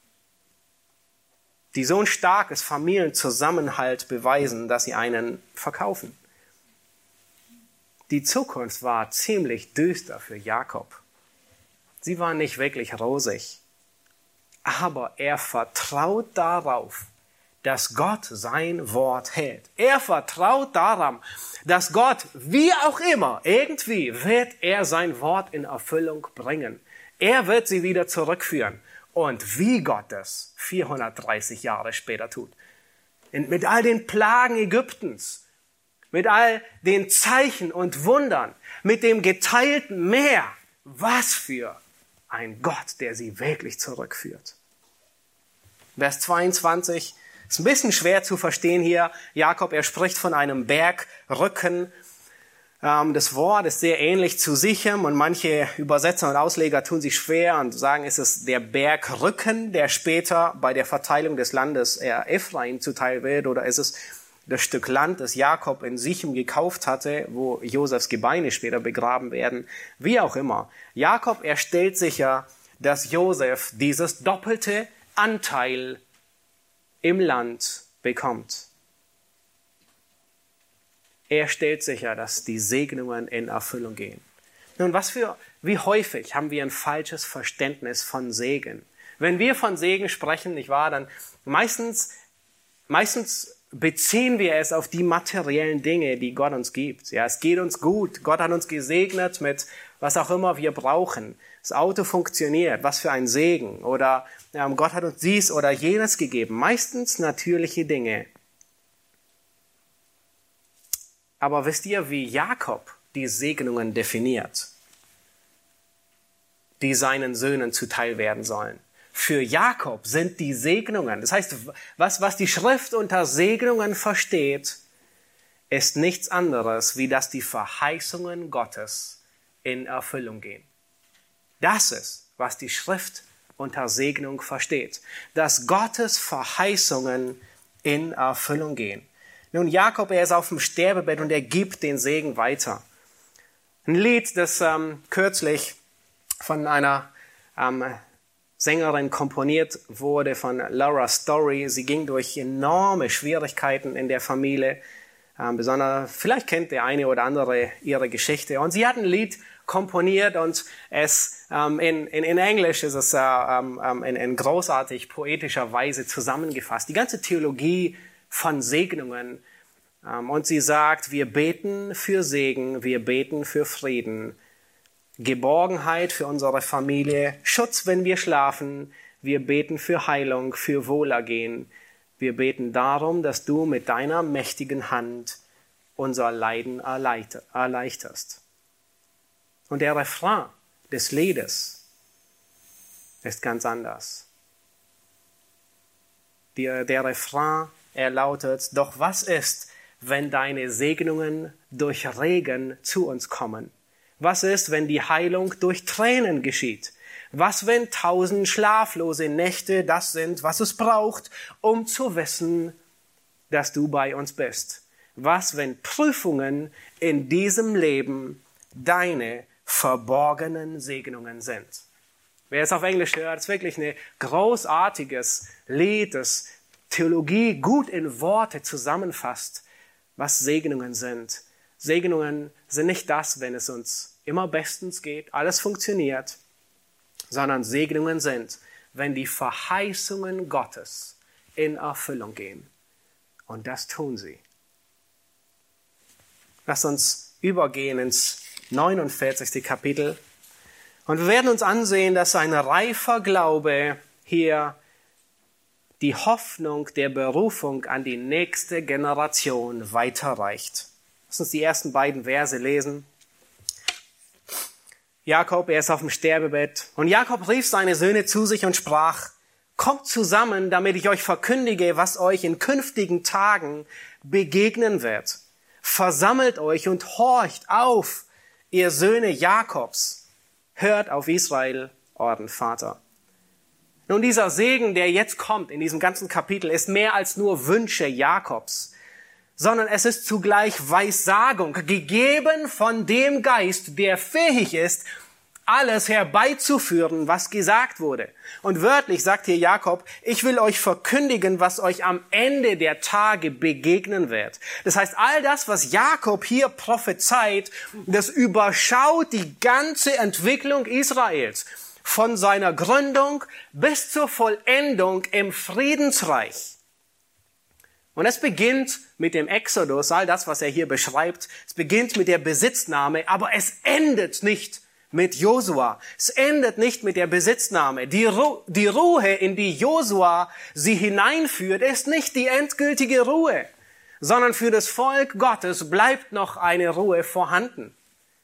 die so ein starkes Familienzusammenhalt beweisen, dass sie einen verkaufen. Die Zukunft war ziemlich düster für Jakob. Sie war nicht wirklich rosig. Aber er vertraut darauf, dass Gott sein Wort hält. Er vertraut daran, dass Gott, wie auch immer, irgendwie wird er sein Wort in Erfüllung bringen. Er wird sie wieder zurückführen. Und wie Gott es 430 Jahre später tut. Mit all den Plagen Ägyptens, mit all den Zeichen und Wundern, mit dem geteilten Meer. Was für ein Gott, der sie wirklich zurückführt. Vers 22 ist ein bisschen schwer zu verstehen hier. Jakob, er spricht von einem Bergrücken. Das Wort ist sehr ähnlich zu Sichem und manche Übersetzer und Ausleger tun sich schwer und sagen, ist es der Bergrücken, der später bei der Verteilung des Landes Ephraim zuteil wird, oder ist es das Stück Land, das Jakob in Sichem gekauft hatte, wo Josefs Gebeine später begraben werden. Wie auch immer. Jakob, er stellt sicher, dass Josef dieses doppelte Anteil im Land bekommt. Er stellt sicher, dass die Segnungen in Erfüllung gehen. Nun, wie häufig haben wir ein falsches Verständnis von Segen? Wenn wir von Segen sprechen, nicht wahr, dann meistens beziehen wir es auf die materiellen Dinge, die Gott uns gibt. Ja, es geht uns gut. Gott hat uns gesegnet mit was auch immer wir brauchen. Das Auto funktioniert. Was für ein Segen. Oder Gott hat uns dies oder jenes gegeben. Meistens natürliche Dinge. Aber wisst ihr, wie Jakob die Segnungen definiert, die seinen Söhnen zuteil werden sollen? Für Jakob sind die Segnungen, das heißt, was die Schrift unter Segnungen versteht, ist nichts anderes, wie dass die Verheißungen Gottes in Erfüllung gehen. Das ist, was die Schrift unter Segnung versteht, dass Gottes Verheißungen in Erfüllung gehen. Nun, Jakob, er ist auf dem Sterbebett und er gibt den Segen weiter. Ein Lied, das kürzlich von einer Sängerin komponiert wurde, von Laura Story. Sie ging durch enorme Schwierigkeiten in der Familie. Besonders, vielleicht kennt der eine oder andere ihre Geschichte. Und sie hat ein Lied komponiert und es in Englisch ist es in großartig poetischer Weise zusammengefasst. Die ganze Theologie von Segnungen. Und sie sagt, wir beten für Segen, wir beten für Frieden, Geborgenheit für unsere Familie, Schutz, wenn wir schlafen, wir beten für Heilung, für Wohlergehen. Wir beten darum, dass du mit deiner mächtigen Hand unser Leiden erleichterst. Und der Refrain des Liedes ist ganz anders. Der Refrain, er lautet, doch was ist, wenn deine Segnungen durch Regen zu uns kommen? Was ist, wenn die Heilung durch Tränen geschieht? Was, wenn 1000 schlaflose Nächte das sind, was es braucht, um zu wissen, dass du bei uns bist? Was, wenn Prüfungen in diesem Leben deine verborgenen Segnungen sind? Wer es auf Englisch hört, ist wirklich ein großartiges Lied, das Theologie gut in Worte zusammenfasst, was Segnungen sind. Segnungen sind nicht das, wenn es uns immer bestens geht, alles funktioniert, sondern Segnungen sind, wenn die Verheißungen Gottes in Erfüllung gehen. Und das tun sie. Lass uns übergehen ins 49. Kapitel. Und wir werden uns ansehen, dass ein reifer Glaube hier die Hoffnung der Berufung an die nächste Generation weiterreicht. Lass uns die ersten beiden Verse lesen. Jakob, er ist auf dem Sterbebett. Und Jakob rief seine Söhne zu sich und sprach, kommt zusammen, damit ich euch verkündige, was euch in künftigen Tagen begegnen wird. Versammelt euch und horcht auf, ihr Söhne Jakobs. Hört auf Israel, euren Vater. Nun, dieser Segen, der jetzt kommt in diesem ganzen Kapitel, ist mehr als nur Wünsche Jakobs, sondern es ist zugleich Weissagung, gegeben von dem Geist, der fähig ist, alles herbeizuführen, was gesagt wurde. Und wörtlich sagt hier Jakob, ich will euch verkündigen, was euch am Ende der Tage begegnen wird. Das heißt, all das, was Jakob hier prophezeit, das überschaut die ganze Entwicklung Israels. Von seiner Gründung bis zur Vollendung im Friedensreich. Und es beginnt mit dem Exodus, all das, was er hier beschreibt. Es beginnt mit der Besitznahme, aber es endet nicht mit Josua. Es endet nicht mit der Besitznahme. Die Ruhe, in die Josua sie hineinführt, ist nicht die endgültige Ruhe, sondern für das Volk Gottes bleibt noch eine Ruhe vorhanden.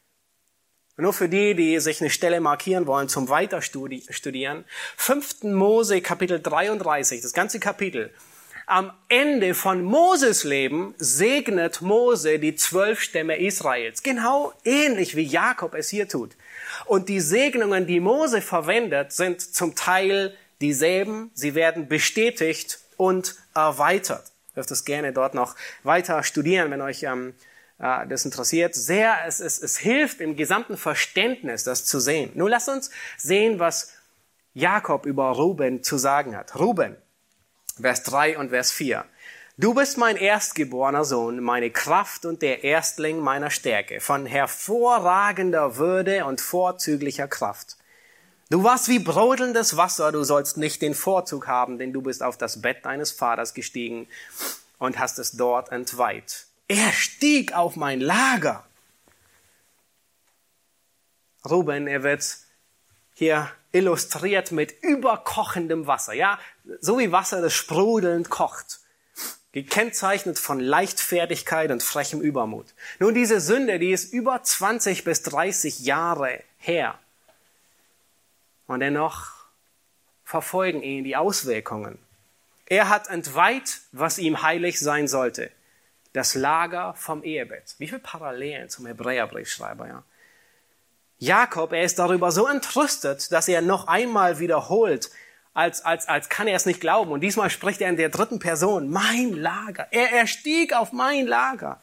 Nur für die, die sich eine Stelle markieren wollen zum Weiterstudieren. 5. Mose, Kapitel 33, das ganze Kapitel. Am Ende von Moses Leben segnet Mose die 12 Stämme Israels. Genau ähnlich wie Jakob es hier tut. Und die Segnungen, die Mose verwendet, sind zum Teil dieselben. Sie werden bestätigt und erweitert. Ihr dürft es gerne dort noch weiter studieren, wenn euch das interessiert. Es hilft im gesamten Verständnis, das zu sehen. Nun lasst uns sehen, was Jakob über Ruben zu sagen hat. Ruben, Vers 3 und Vers 4. Du bist mein erstgeborener Sohn, meine Kraft und der Erstling meiner Stärke, von hervorragender Würde und vorzüglicher Kraft. Du warst wie brodelndes Wasser, du sollst nicht den Vorzug haben, denn du bist auf das Bett deines Vaters gestiegen und hast es dort entweiht. Er stieg auf mein Lager. Ruben, er wird hier illustriert mit überkochendem Wasser. Ja, so wie Wasser, das sprudelnd kocht. Gekennzeichnet von Leichtfertigkeit und frechem Übermut. Nun, diese Sünde, die ist über 20 bis 30 Jahre her. Und dennoch verfolgen ihn die Auswirkungen. Er hat entweiht, was ihm heilig sein sollte. Das Lager vom Ehebett. Wie viele Parallelen zum Hebräerbriefschreiber, ja? Jakob, er ist darüber so entrüstet, dass er noch einmal wiederholt, als kann er es nicht glauben. Und diesmal spricht er in der dritten Person, mein Lager. Er stieg auf mein Lager.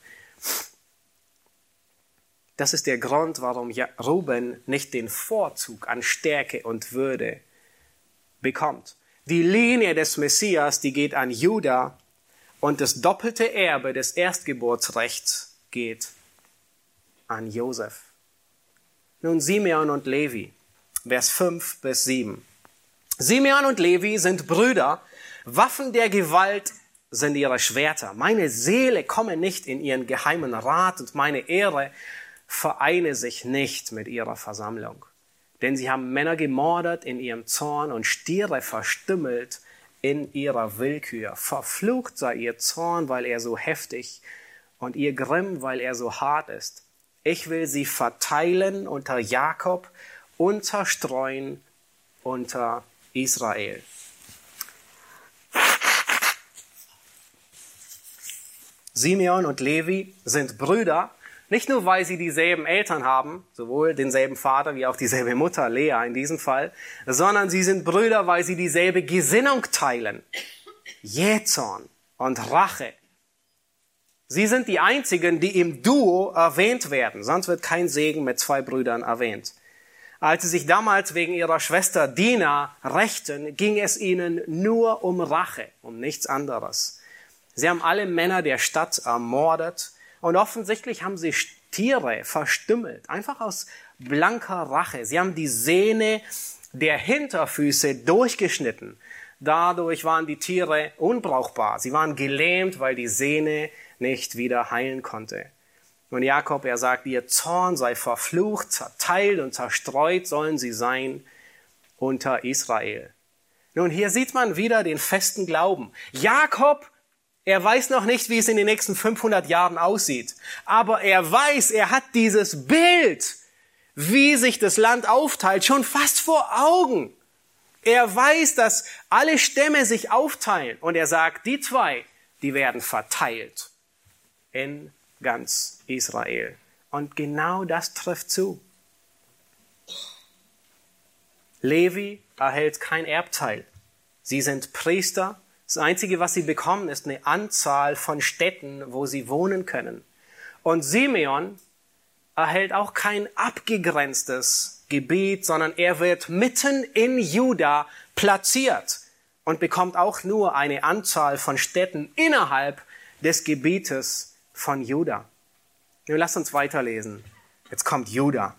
Das ist der Grund, warum Ruben nicht den Vorzug an Stärke und Würde bekommt. Die Linie des Messias, die geht an Juda. Und das doppelte Erbe des Erstgeburtsrechts geht an Josef. Nun Simeon und Levi, Vers 5 bis 7. Simeon und Levi sind Brüder, Waffen der Gewalt sind ihre Schwerter. Meine Seele komme nicht in ihren geheimen Rat und meine Ehre vereine sich nicht mit ihrer Versammlung. Denn sie haben Männer gemordet in ihrem Zorn und Stiere verstümmelt in ihrer Willkür. Verflucht sei ihr Zorn, weil er so heftig und ihr Grimm, weil er so hart ist. Ich will sie verteilen unter Jakob und zerstreuen unter Israel. Simeon und Levi sind Brüder, nicht nur, weil sie dieselben Eltern haben, sowohl denselben Vater wie auch dieselbe Mutter, Lea in diesem Fall, sondern sie sind Brüder, weil sie dieselbe Gesinnung teilen. Jähzorn und Rache. Sie sind die einzigen, die im Duo erwähnt werden, sonst wird kein Segen mit zwei Brüdern erwähnt. Als sie sich damals wegen ihrer Schwester Dina rächten, ging es ihnen nur um Rache, um nichts anderes. Sie haben alle Männer der Stadt ermordet und offensichtlich haben sie Tiere verstümmelt, einfach aus blanker Rache. Sie haben die Sehne der Hinterfüße durchgeschnitten. Dadurch waren die Tiere unbrauchbar. Sie waren gelähmt, weil die Sehne nicht wieder heilen konnte. Und Jakob, er sagt, ihr Zorn sei verflucht, zerteilt und zerstreut sollen sie sein unter Israel. Nun, hier sieht man wieder den festen Glauben. Jakob, er weiß noch nicht, wie es in den nächsten 500 Jahren aussieht. Aber er weiß, er hat dieses Bild, wie sich das Land aufteilt, schon fast vor Augen. Er weiß, dass alle Stämme sich aufteilen. Und er sagt, die zwei, die werden verteilt in ganz Israel. Und genau das trifft zu. Levi erhält kein Erbteil. Sie sind Priester. Das Einzige, was sie bekommen, ist eine Anzahl von Städten, wo sie wohnen können. Und Simeon erhält auch kein abgegrenztes Gebiet, sondern er wird mitten in Juda platziert und bekommt auch nur eine Anzahl von Städten innerhalb des Gebietes von Juda. Nun lasst uns weiterlesen. Jetzt kommt Juda.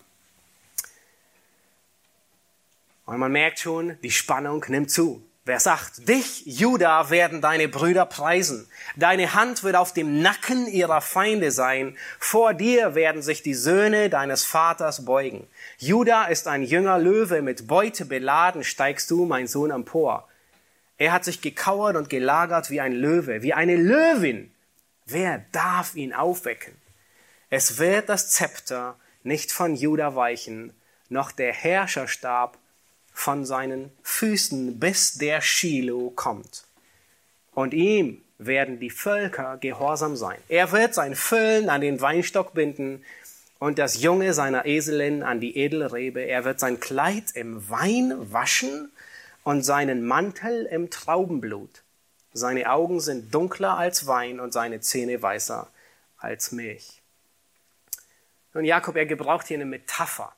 Und man merkt schon, die Spannung nimmt zu. Wer sagt, dich, Juda, werden deine Brüder preisen. Deine Hand wird auf dem Nacken ihrer Feinde sein. Vor dir werden sich die Söhne deines Vaters beugen. Juda ist ein junger Löwe, mit Beute beladen steigst du, mein Sohn, empor. Er hat sich gekauert und gelagert wie ein Löwe, wie eine Löwin. Wer darf ihn aufwecken? Es wird das Zepter nicht von Juda weichen, noch der Herrscherstab von seinen Füßen, bis der Shiloh kommt. Und ihm werden die Völker gehorsam sein. Er wird sein Füllen an den Weinstock binden und das Junge seiner Eselin an die Edelrebe. Er wird sein Kleid im Wein waschen und seinen Mantel im Traubenblut. Seine Augen sind dunkler als Wein und seine Zähne weißer als Milch. Und Jakob, er gebraucht hier eine Metapher.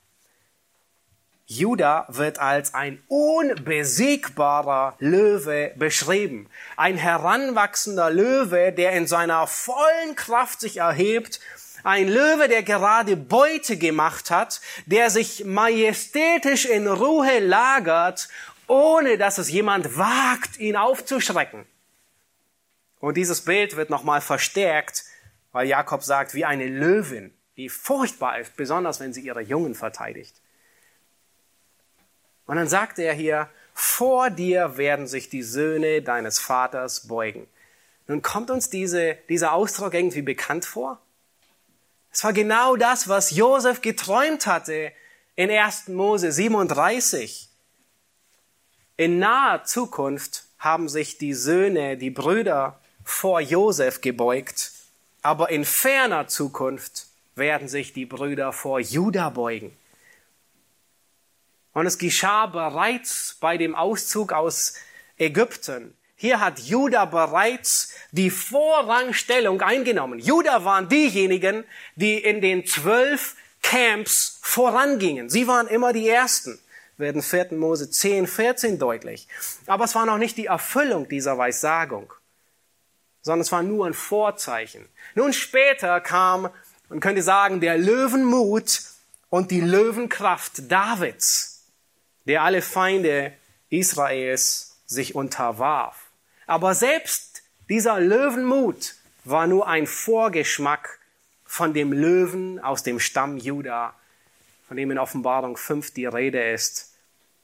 Juda wird als ein unbesiegbarer Löwe beschrieben. Ein heranwachsender Löwe, der in seiner vollen Kraft sich erhebt. Ein Löwe, der gerade Beute gemacht hat, der sich majestätisch in Ruhe lagert, ohne dass es jemand wagt, ihn aufzuschrecken. Und dieses Bild wird nochmal verstärkt, weil Jakob sagt, wie eine Löwin, die furchtbar ist, besonders wenn sie ihre Jungen verteidigt. Und dann sagt er hier, vor dir werden sich die Söhne deines Vaters beugen. Nun kommt uns dieser Ausdruck irgendwie bekannt vor. Es war genau das, was Josef geträumt hatte in 1. Mose 37. In naher Zukunft haben sich die Söhne, die Brüder vor Josef gebeugt, aber in ferner Zukunft werden sich die Brüder vor Juda beugen. Und es geschah bereits bei dem Auszug aus Ägypten. Hier hat Juda bereits die Vorrangstellung eingenommen. Juda waren diejenigen, die in den 12 Camps vorangingen. Sie waren immer die Ersten. Wird in 4. Mose 10, 14 deutlich. Aber es war noch nicht die Erfüllung dieser Weissagung, sondern es war nur ein Vorzeichen. Nun später kam, man könnte sagen, der Löwenmut und die Löwenkraft Davids, der alle Feinde Israels sich unterwarf. Aber selbst dieser Löwenmut war nur ein Vorgeschmack von dem Löwen aus dem Stamm Juda, von dem in Offenbarung 5 die Rede ist.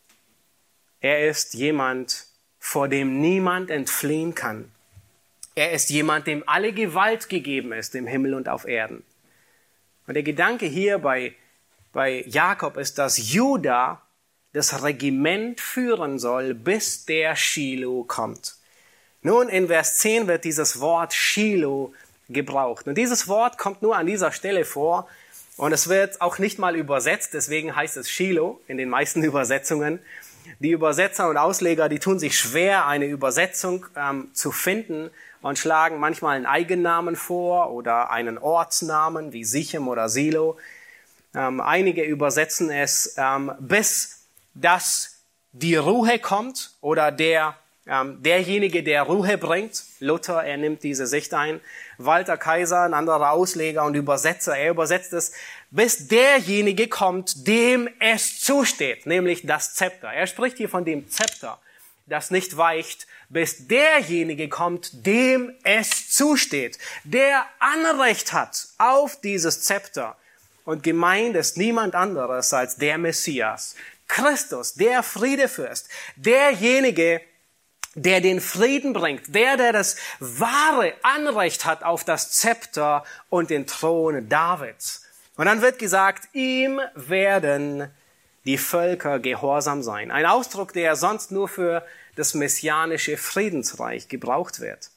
Er ist jemand, vor dem niemand entfliehen kann. Er ist jemand, dem alle Gewalt gegeben ist im Himmel und auf Erden. Und der Gedanke hier bei Jakob ist, dass Juda das Regiment führen soll, bis der Shiloh kommt. Nun, in Vers 10 wird dieses Wort Shiloh gebraucht. Und dieses Wort kommt nur an dieser Stelle vor und es wird auch nicht mal übersetzt, deswegen heißt es Shiloh in den meisten Übersetzungen. Die Übersetzer und Ausleger, die tun sich schwer, eine Übersetzung zu finden und schlagen manchmal einen Eigennamen vor oder einen Ortsnamen wie Sichem oder Silo. Einige übersetzen es bis dass die Ruhe kommt oder der derjenige, der Ruhe bringt. Luther, er nimmt diese Sicht ein. Walter Kaiser, ein anderer Ausleger und Übersetzer, er übersetzt es, bis derjenige kommt, dem es zusteht, nämlich das Zepter. Er spricht hier von dem Zepter, das nicht weicht, bis derjenige kommt, dem es zusteht, der Anrecht hat auf dieses Zepter. Und gemeint ist niemand anderes als der Messias, Christus, der Friedefürst, derjenige, der den Frieden bringt, der das wahre Anrecht hat auf das Zepter und den Thron Davids. Und dann wird gesagt, ihm werden die Völker gehorsam sein. Ein Ausdruck, der sonst nur für das messianische Friedensreich gebraucht wird.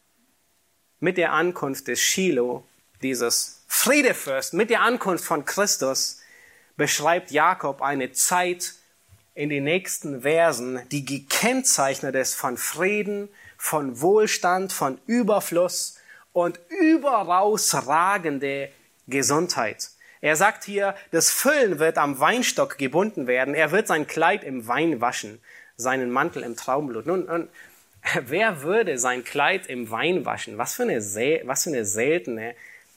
Mit der Ankunft des Shiloh, dieses Friedefürst, mit der Ankunft von Christus, beschreibt Jakob eine Zeit in den nächsten Versen, die gekennzeichnet ist von Frieden, von Wohlstand, von Überfluss und überaus ragende Gesundheit. Er sagt hier, das Füllen wird am Weinstock gebunden werden. Er wird sein Kleid im Wein waschen, seinen Mantel im Traubenblut. Nun, wer würde sein Kleid im Wein waschen? Was für eine seltene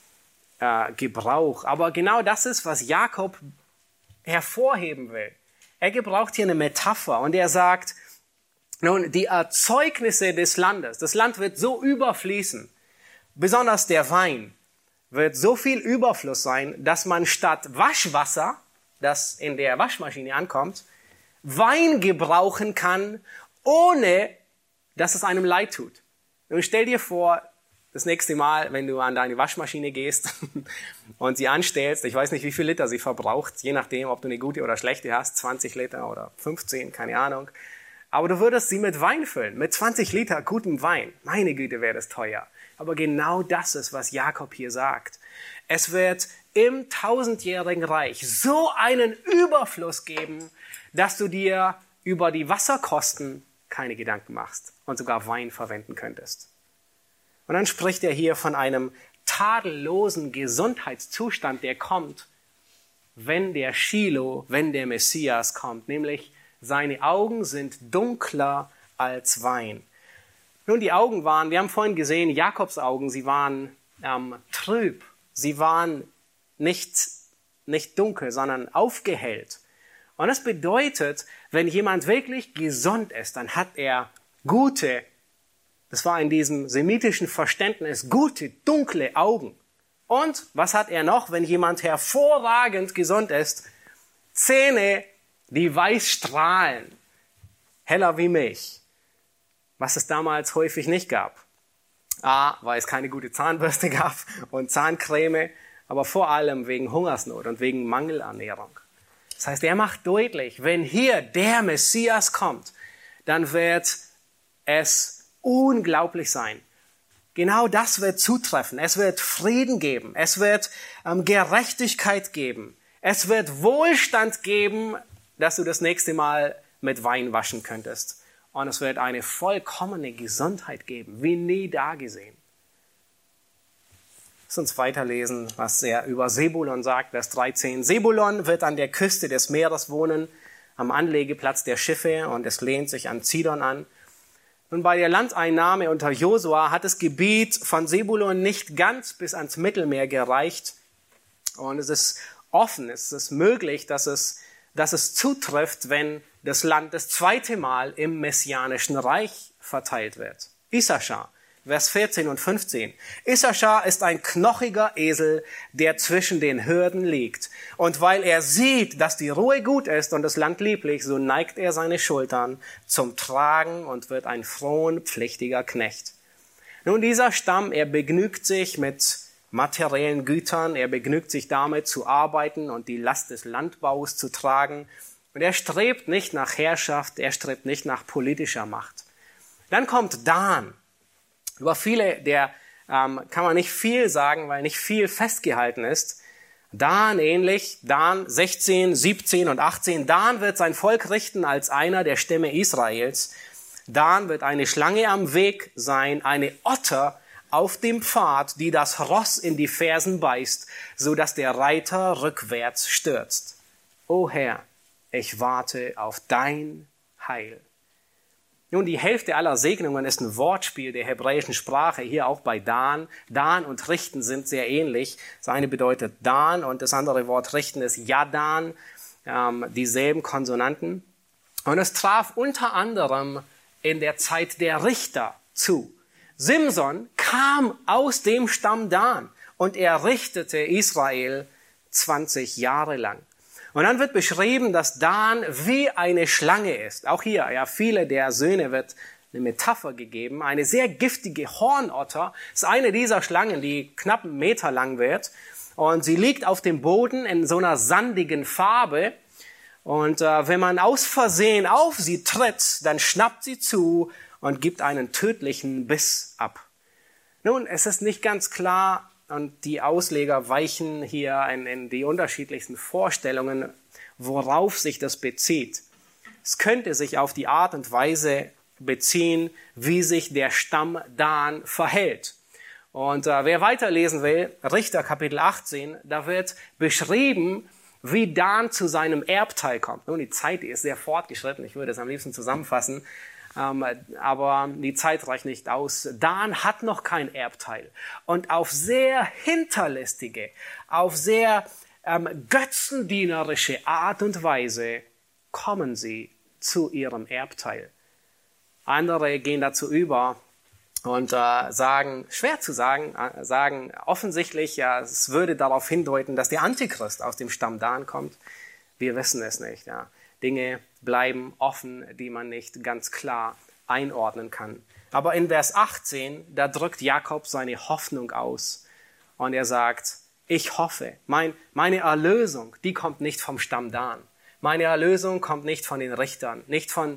Gebrauch. Aber genau das ist, was Jakob hervorheben will. Er gebraucht hier eine Metapher und er sagt, nun, die Erzeugnisse des Landes, das Land wird so überfließen, besonders der Wein, wird so viel Überfluss sein, dass man statt Waschwasser, das in der Waschmaschine ankommt, Wein gebrauchen kann, ohne dass es einem leid tut. Und stell dir vor, das nächste Mal, wenn du an deine Waschmaschine gehst und sie anstellst, ich weiß nicht, wie viel Liter sie verbraucht, je nachdem, ob du eine gute oder schlechte hast, 20 Liter oder 15, keine Ahnung. Aber du würdest sie mit Wein füllen, mit 20 Liter gutem Wein. Meine Güte, wäre das teuer. Aber genau das ist, was Jakob hier sagt. Es wird im 1000-jährigen Reich so einen Überfluss geben, dass du dir über die Wasserkosten keine Gedanken machst und sogar Wein verwenden könntest. Und dann spricht er hier von einem tadellosen Gesundheitszustand, der kommt, wenn der Shiloh, wenn der Messias kommt. Nämlich, seine Augen sind dunkler als Wein. Nun, die Augen waren, wir haben vorhin gesehen, Jakobs Augen, sie waren trüb. Sie waren nicht dunkel, sondern aufgehellt. Und das bedeutet, wenn jemand wirklich gesund ist, dann hat er gute, das war in diesem semitischen Verständnis, gute, dunkle Augen. Und was hat er noch, wenn jemand hervorragend gesund ist? Zähne, die weiß strahlen, heller wie Milch. Was es damals häufig nicht gab. Weil es keine gute Zahnbürste gab und Zahncreme, aber vor allem wegen Hungersnot und wegen Mangelernährung. Das heißt, er macht deutlich, wenn hier der Messias kommt, dann wird es unglaublich sein. Genau das wird zutreffen. Es wird Frieden geben. Es wird Gerechtigkeit geben. Es wird Wohlstand geben, dass du das nächste Mal mit Wein waschen könntest. Und es wird eine vollkommene Gesundheit geben, wie nie dagesehen. Lass uns weiterlesen, was er über Sebulon sagt, Vers 13. Sebulon wird an der Küste des Meeres wohnen, am Anlegeplatz der Schiffe, und es lehnt sich an Zidon an. Und bei der Landeinnahme unter Josua hat das Gebiet von Sebulon nicht ganz bis ans Mittelmeer gereicht. Und es ist offen, es ist möglich, dass es zutrifft, wenn das Land das zweite Mal im Messianischen Reich verteilt wird. Issachar, Vers 14 und 15. Issachar ist ein knochiger Esel, der zwischen den Hürden liegt. Und weil er sieht, dass die Ruhe gut ist und das Land lieblich, so neigt er seine Schultern zum Tragen und wird ein fronpflichtiger Knecht. Nun, dieser Stamm, er begnügt sich mit materiellen Gütern, er begnügt sich damit zu arbeiten und die Last des Landbaus zu tragen. Und er strebt nicht nach Herrschaft, er strebt nicht nach politischer Macht. Dann kommt Dan. Über viele, kann man nicht viel sagen, weil nicht viel festgehalten ist. Dan ähnlich, Dan 16, 17 und 18. Dan wird sein Volk richten als einer der Stämme Israels. Dan wird eine Schlange am Weg sein, eine Otter auf dem Pfad, die das Ross in die Fersen beißt, so dass der Reiter rückwärts stürzt. O Herr, ich warte auf dein Heil. Nun, die Hälfte aller Segnungen ist ein Wortspiel der hebräischen Sprache, hier auch bei Dan. Dan und richten sind sehr ähnlich. Das eine bedeutet Dan und das andere Wort richten ist Yadan, dieselben Konsonanten. Und es traf unter anderem in der Zeit der Richter zu. Simson kam aus dem Stamm Dan und er richtete Israel 20 Jahre lang. Und dann wird beschrieben, dass Dan wie eine Schlange ist. Auch hier, ja, viele der Söhne wird eine Metapher gegeben. Eine sehr giftige Hornotter ist eine dieser Schlangen, die knapp 1 Meter lang wird. Und sie liegt auf dem Boden in so einer sandigen Farbe. Und wenn man aus Versehen auf sie tritt, dann schnappt sie zu und gibt einen tödlichen Biss ab. Nun, es ist nicht ganz klar, und die Ausleger weichen hier in die unterschiedlichsten Vorstellungen, worauf sich das bezieht. Es könnte sich auf die Art und Weise beziehen, wie sich der Stamm Dan verhält. Und wer weiterlesen will, Richter Kapitel 18, da wird beschrieben, wie Dan zu seinem Erbteil kommt. Nun, die Zeit ist sehr fortgeschritten, ich würde es am liebsten zusammenfassen. Aber die Zeit reicht nicht aus. Dan hat noch kein Erbteil. Und auf sehr hinterlistige, auf sehr götzendienerische Art und Weise kommen sie zu ihrem Erbteil. Andere gehen dazu über und sagen, schwer zu sagen, sagen offensichtlich, ja, es würde darauf hindeuten, dass der Antichrist aus dem Stamm Dan kommt. Wir wissen es nicht, ja. Dinge bleiben offen, die man nicht ganz klar einordnen kann. Aber in Vers 18, da drückt Jakob seine Hoffnung aus. Und er sagt, ich hoffe, meine Erlösung, die kommt nicht vom Stamm Dan. Meine Erlösung kommt nicht von den Richtern, nicht von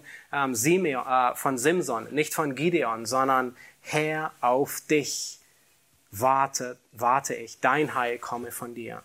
Simson, nicht von Gideon, sondern Herr, auf dich warte ich. Dein Heil komme von dir.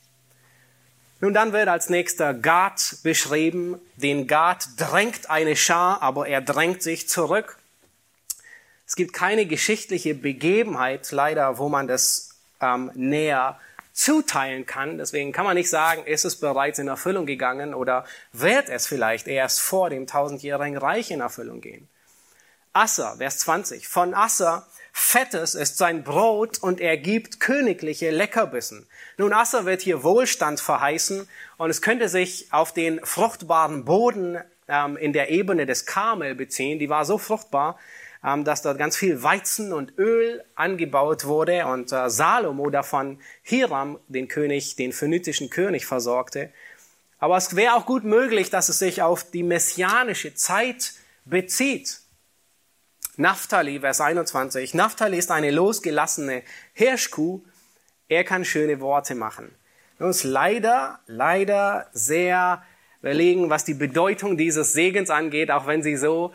Nun, dann wird als nächster Gad beschrieben. Den Gad drängt eine Schar, aber er drängt sich zurück. Es gibt keine geschichtliche Begebenheit, leider, wo man das näher zuteilen kann. Deswegen kann man nicht sagen, ist es bereits in Erfüllung gegangen oder wird es vielleicht erst vor dem 1000-jährigen Reich in Erfüllung gehen. Asser, Vers 20. Von Asser Fettes ist sein Brot und er gibt königliche Leckerbissen. Nun, Asser wird hier Wohlstand verheißen und es könnte sich auf den fruchtbaren Boden in der Ebene des Karmel beziehen. Die war so fruchtbar, dass dort ganz viel Weizen und Öl angebaut wurde und Salomo davon Hiram, den phönizischen König, versorgte. Aber es wäre auch gut möglich, dass es sich auf die messianische Zeit bezieht. Naphtali, Vers 21. Naphtali ist eine losgelassene Hirschkuh. Er kann schöne Worte machen. Wir uns leider sehr überlegen, was die Bedeutung dieses Segens angeht, auch wenn sie so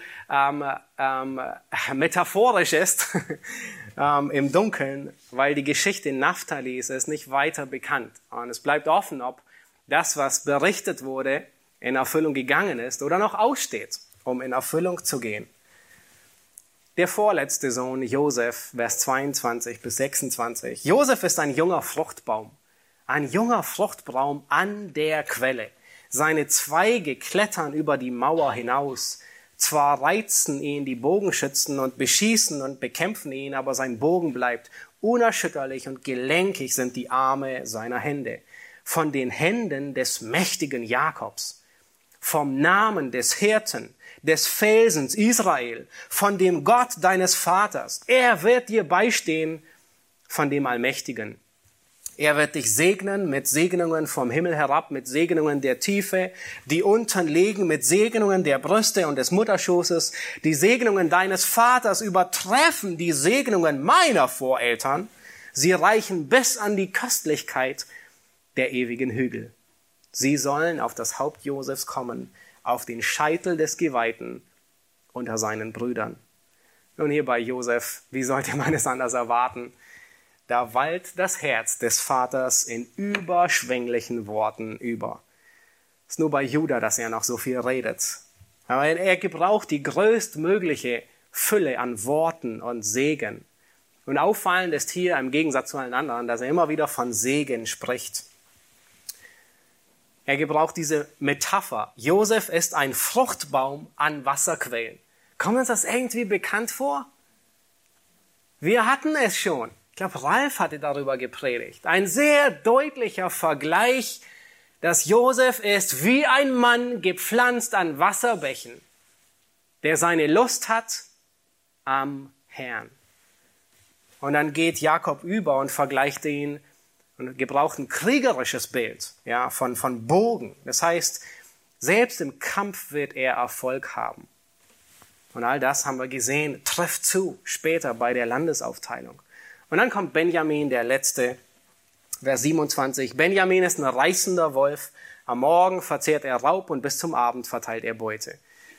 metaphorisch ist im Dunkeln, weil die Geschichte Naphtalis ist nicht weiter bekannt. Und es bleibt offen, ob das, was berichtet wurde, in Erfüllung gegangen ist oder noch aussteht, um in Erfüllung zu gehen. Der vorletzte Sohn, Josef, Vers 22 bis 26. Josef ist ein junger Fruchtbaum an der Quelle. Seine Zweige klettern über die Mauer hinaus. Zwar reizen ihn die Bogenschützen und beschießen und bekämpfen ihn, aber sein Bogen bleibt unerschütterlich und gelenkig sind die Arme seiner Hände. Von den Händen des mächtigen Jakobs, vom Namen des Hirten, des Felsens Israel, von dem Gott deines Vaters. Er wird dir beistehen von dem Allmächtigen. Er wird dich segnen mit Segnungen vom Himmel herab, mit Segnungen der Tiefe, die unten liegen, mit Segnungen der Brüste und des Mutterschoßes. Die Segnungen deines Vaters übertreffen die Segnungen meiner Voreltern. Sie reichen bis an die Köstlichkeit der ewigen Hügel. Sie sollen auf das Haupt Josefs kommen, auf den Scheitel des Geweihten unter seinen Brüdern. Nun hier bei Josef, wie sollte man es anders erwarten? Da wallt das Herz des Vaters in überschwänglichen Worten über. Es ist nur bei Judah, dass er noch so viel redet. Aber er gebraucht die größtmögliche Fülle an Worten und Segen. Und auffallend ist hier im Gegensatz zu allen anderen, dass er immer wieder von Segen spricht. Er gebraucht diese Metapher. Josef ist ein Fruchtbaum an Wasserquellen. Kommt uns das irgendwie bekannt vor? Wir hatten es schon. Ich glaube, Ralf hatte darüber gepredigt. Ein sehr deutlicher Vergleich, dass Josef ist wie ein Mann gepflanzt an Wasserbächen, der seine Lust hat am Herrn. Und dann geht Jakob über und vergleicht ihn und gebraucht ein kriegerisches Bild, ja, von Bogen. Das heißt, selbst im Kampf wird er Erfolg haben. Und all das haben wir gesehen, trifft zu, später bei der Landesaufteilung. Und dann kommt Benjamin, der letzte, Vers 27. Benjamin ist ein reißender Wolf. Am Morgen verzehrt er Raub und bis zum Abend verteilt er Beute.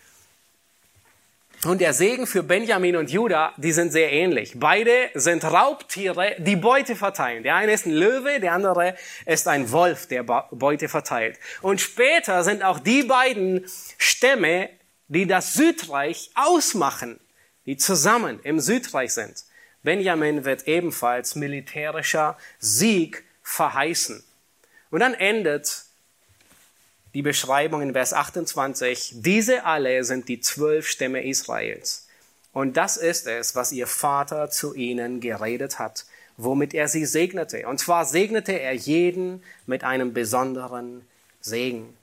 Und der Segen für Benjamin und Juda, die sind sehr ähnlich. Beide sind Raubtiere, die Beute verteilen. Der eine ist ein Löwe, der andere ist ein Wolf, der Beute verteilt. Und später sind auch die beiden Stämme, die das Südreich ausmachen, die zusammen im Südreich sind. Benjamin wird ebenfalls militärischer Sieg verheißen. Und dann endet die Beschreibung in Vers 28. Diese alle sind die 12 Stämme Israels. Und das ist es, was ihr Vater zu ihnen geredet hat, womit er sie segnete. Und zwar segnete er jeden mit einem besonderen Segen.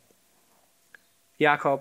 Jakob,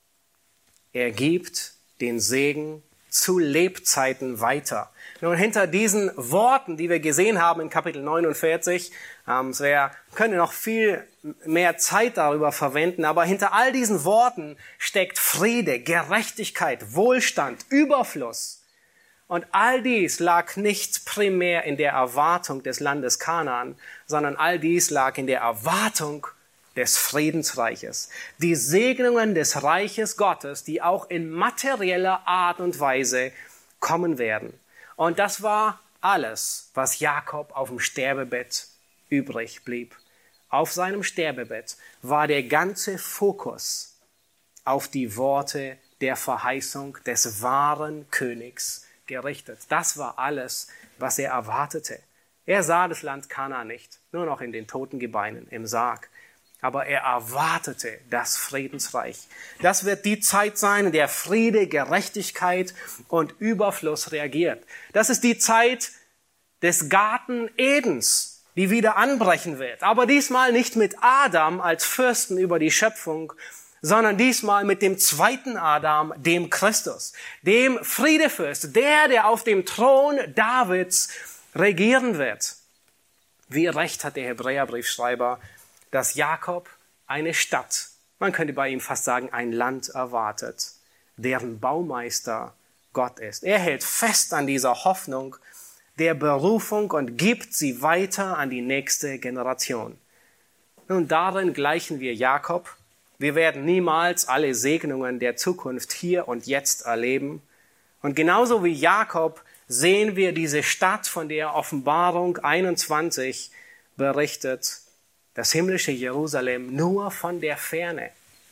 er gibt den Segen zu Lebzeiten weiter. Nun, hinter diesen Worten, die wir gesehen haben in Kapitel 49, können noch viel mehr Zeit darüber verwenden, aber hinter all diesen Worten steckt Friede, Gerechtigkeit, Wohlstand, Überfluss. Und all dies lag nicht primär in der Erwartung des Landes Kanaan, sondern all dies lag in der Erwartung des Friedensreiches. Die Segnungen des Reiches Gottes, die auch in materieller Art und Weise kommen werden. Und das war alles, was Jakob auf dem Sterbebett übrig blieb. Auf seinem Sterbebett war der ganze Fokus auf die Worte der Verheißung des wahren Königs gerichtet. Das war alles, was er erwartete. Er sah das Land Kanaan nicht, nur noch in den toten Gebeinen im Sarg. Aber er erwartete das Friedensreich. Das wird die Zeit sein, in der Friede, Gerechtigkeit und Überfluss reagiert. Das ist die Zeit des Garten Edens, die wieder anbrechen wird. Aber diesmal nicht mit Adam als Fürsten über die Schöpfung, sondern diesmal mit dem zweiten Adam, dem Christus, dem Friedefürst, der auf dem Thron Davids regieren wird. Wie recht hat der Hebräerbriefschreiber, dass Jakob eine Stadt, man könnte bei ihm fast sagen ein Land erwartet, deren Baumeister Gott ist. Er hält fest an dieser Hoffnung der Berufung und gibt sie weiter an die nächste Generation. Nun, darin gleichen wir Jakob. Wir werden niemals alle Segnungen der Zukunft hier und jetzt erleben. Und genauso wie Jakob sehen wir diese Stadt, von der Offenbarung 21 berichtet, das himmlische Jerusalem, nur von der Ferne.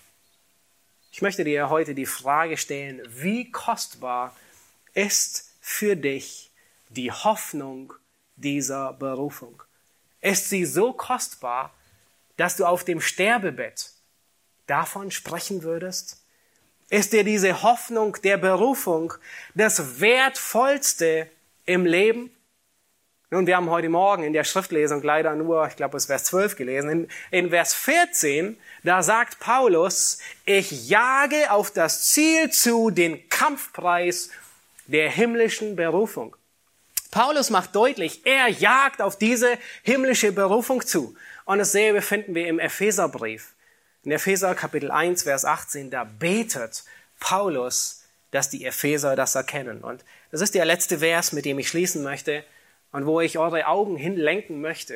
Ich möchte dir heute die Frage stellen, wie kostbar ist für dich die Hoffnung dieser Berufung? Ist sie so kostbar, dass du auf dem Sterbebett davon sprechen würdest? Ist dir diese Hoffnung der Berufung das Wertvollste im Leben? Nun, wir haben heute Morgen in der Schriftlesung leider nur, ich glaube, es ist Vers 12 gelesen. In Vers 14, da sagt Paulus, ich jage auf das Ziel zu, den Kampfpreis der himmlischen Berufung. Paulus macht deutlich, er jagt auf diese himmlische Berufung zu. Und dasselbe finden wir im Epheserbrief. In Epheser Kapitel 1, Vers 18, da betet Paulus, dass die Epheser das erkennen. Und das ist der letzte Vers, mit dem ich schließen möchte. Und wo ich eure Augen hinlenken möchte,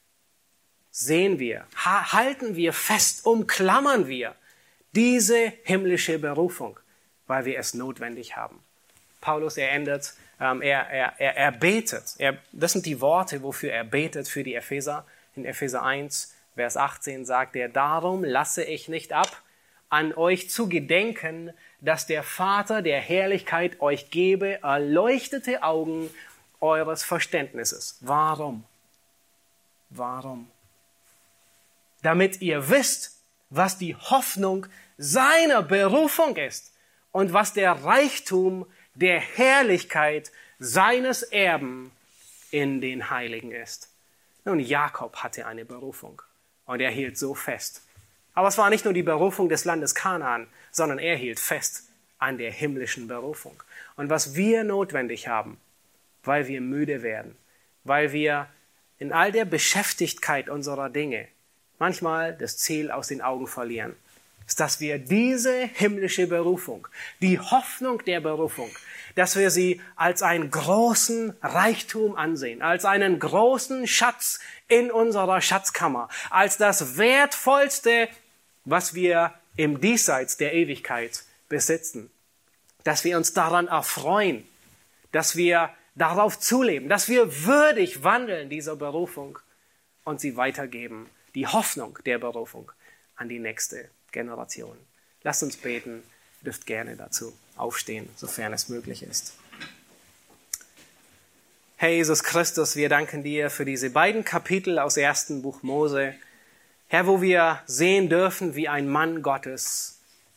sehen wir, halten wir fest, umklammern wir diese himmlische Berufung, weil wir es notwendig haben. Paulus, er betet. Das sind die Worte, wofür er betet für die Epheser. In Epheser 1, Vers 18 sagt er, darum lasse ich nicht ab, an euch zu gedenken, dass der Vater der Herrlichkeit euch gebe erleuchtete Augen eures Verständnisses. Warum? Warum? Damit ihr wisst, was die Hoffnung seiner Berufung ist und was der Reichtum der Herrlichkeit seines Erben in den Heiligen ist. Nun, Jakob hatte eine Berufung und er hielt so fest. Aber es war nicht nur die Berufung des Landes Kanaan, sondern er hielt fest an der himmlischen Berufung. Und was wir notwendig haben, weil wir müde werden, weil wir in all der Beschäftigkeit unserer Dinge manchmal das Ziel aus den Augen verlieren, ist, dass wir diese himmlische Berufung, die Hoffnung der Berufung, dass wir sie als einen großen Reichtum ansehen, als einen großen Schatz in unserer Schatzkammer, als das Wertvollste, was wir im Diesseits der Ewigkeit besitzen. Dass wir uns daran erfreuen, dass wir darauf zuleben, dass wir würdig wandeln dieser Berufung und sie weitergeben, die Hoffnung der Berufung an die nächste Generation. Lasst uns beten, ihr dürft gerne dazu aufstehen, sofern es möglich ist. Herr Jesus Christus, wir danken dir für diese beiden Kapitel aus 1. Buch Mose. Herr, wo wir sehen dürfen, wie ein Mann Gottes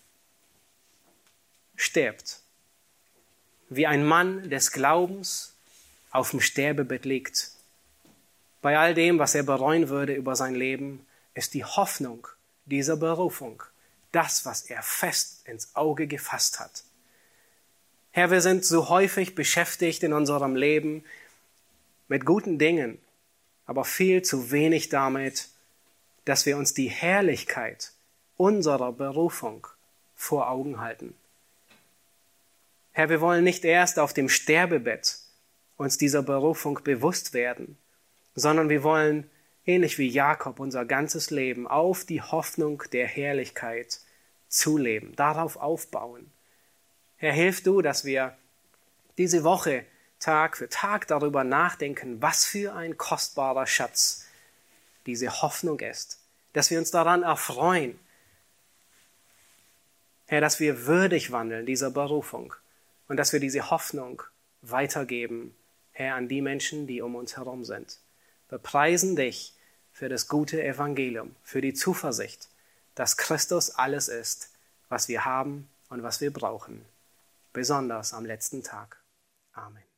stirbt, wie ein Mann des Glaubens auf dem Sterbebett liegt. Bei all dem, was er bereuen würde über sein Leben, ist die Hoffnung dieser Berufung das, was er fest ins Auge gefasst hat. Herr, wir sind so häufig beschäftigt in unserem Leben mit guten Dingen, aber viel zu wenig damit, dass wir uns die Herrlichkeit unserer Berufung vor Augen halten. Herr, wir wollen nicht erst auf dem Sterbebett uns dieser Berufung bewusst werden, sondern wir wollen, ähnlich wie Jakob, unser ganzes Leben auf die Hoffnung der Herrlichkeit zuleben, darauf aufbauen. Herr, hilf du, dass wir diese Woche Tag für Tag darüber nachdenken, was für ein kostbarer Schatz diese Hoffnung ist, dass wir uns daran erfreuen. Herr, dass wir würdig wandeln dieser Berufung und dass wir diese Hoffnung weitergeben, Herr, an die Menschen, die um uns herum sind. Wir preisen dich für das gute Evangelium, für die Zuversicht, dass Christus alles ist, was wir haben und was wir brauchen, besonders am letzten Tag. Amen.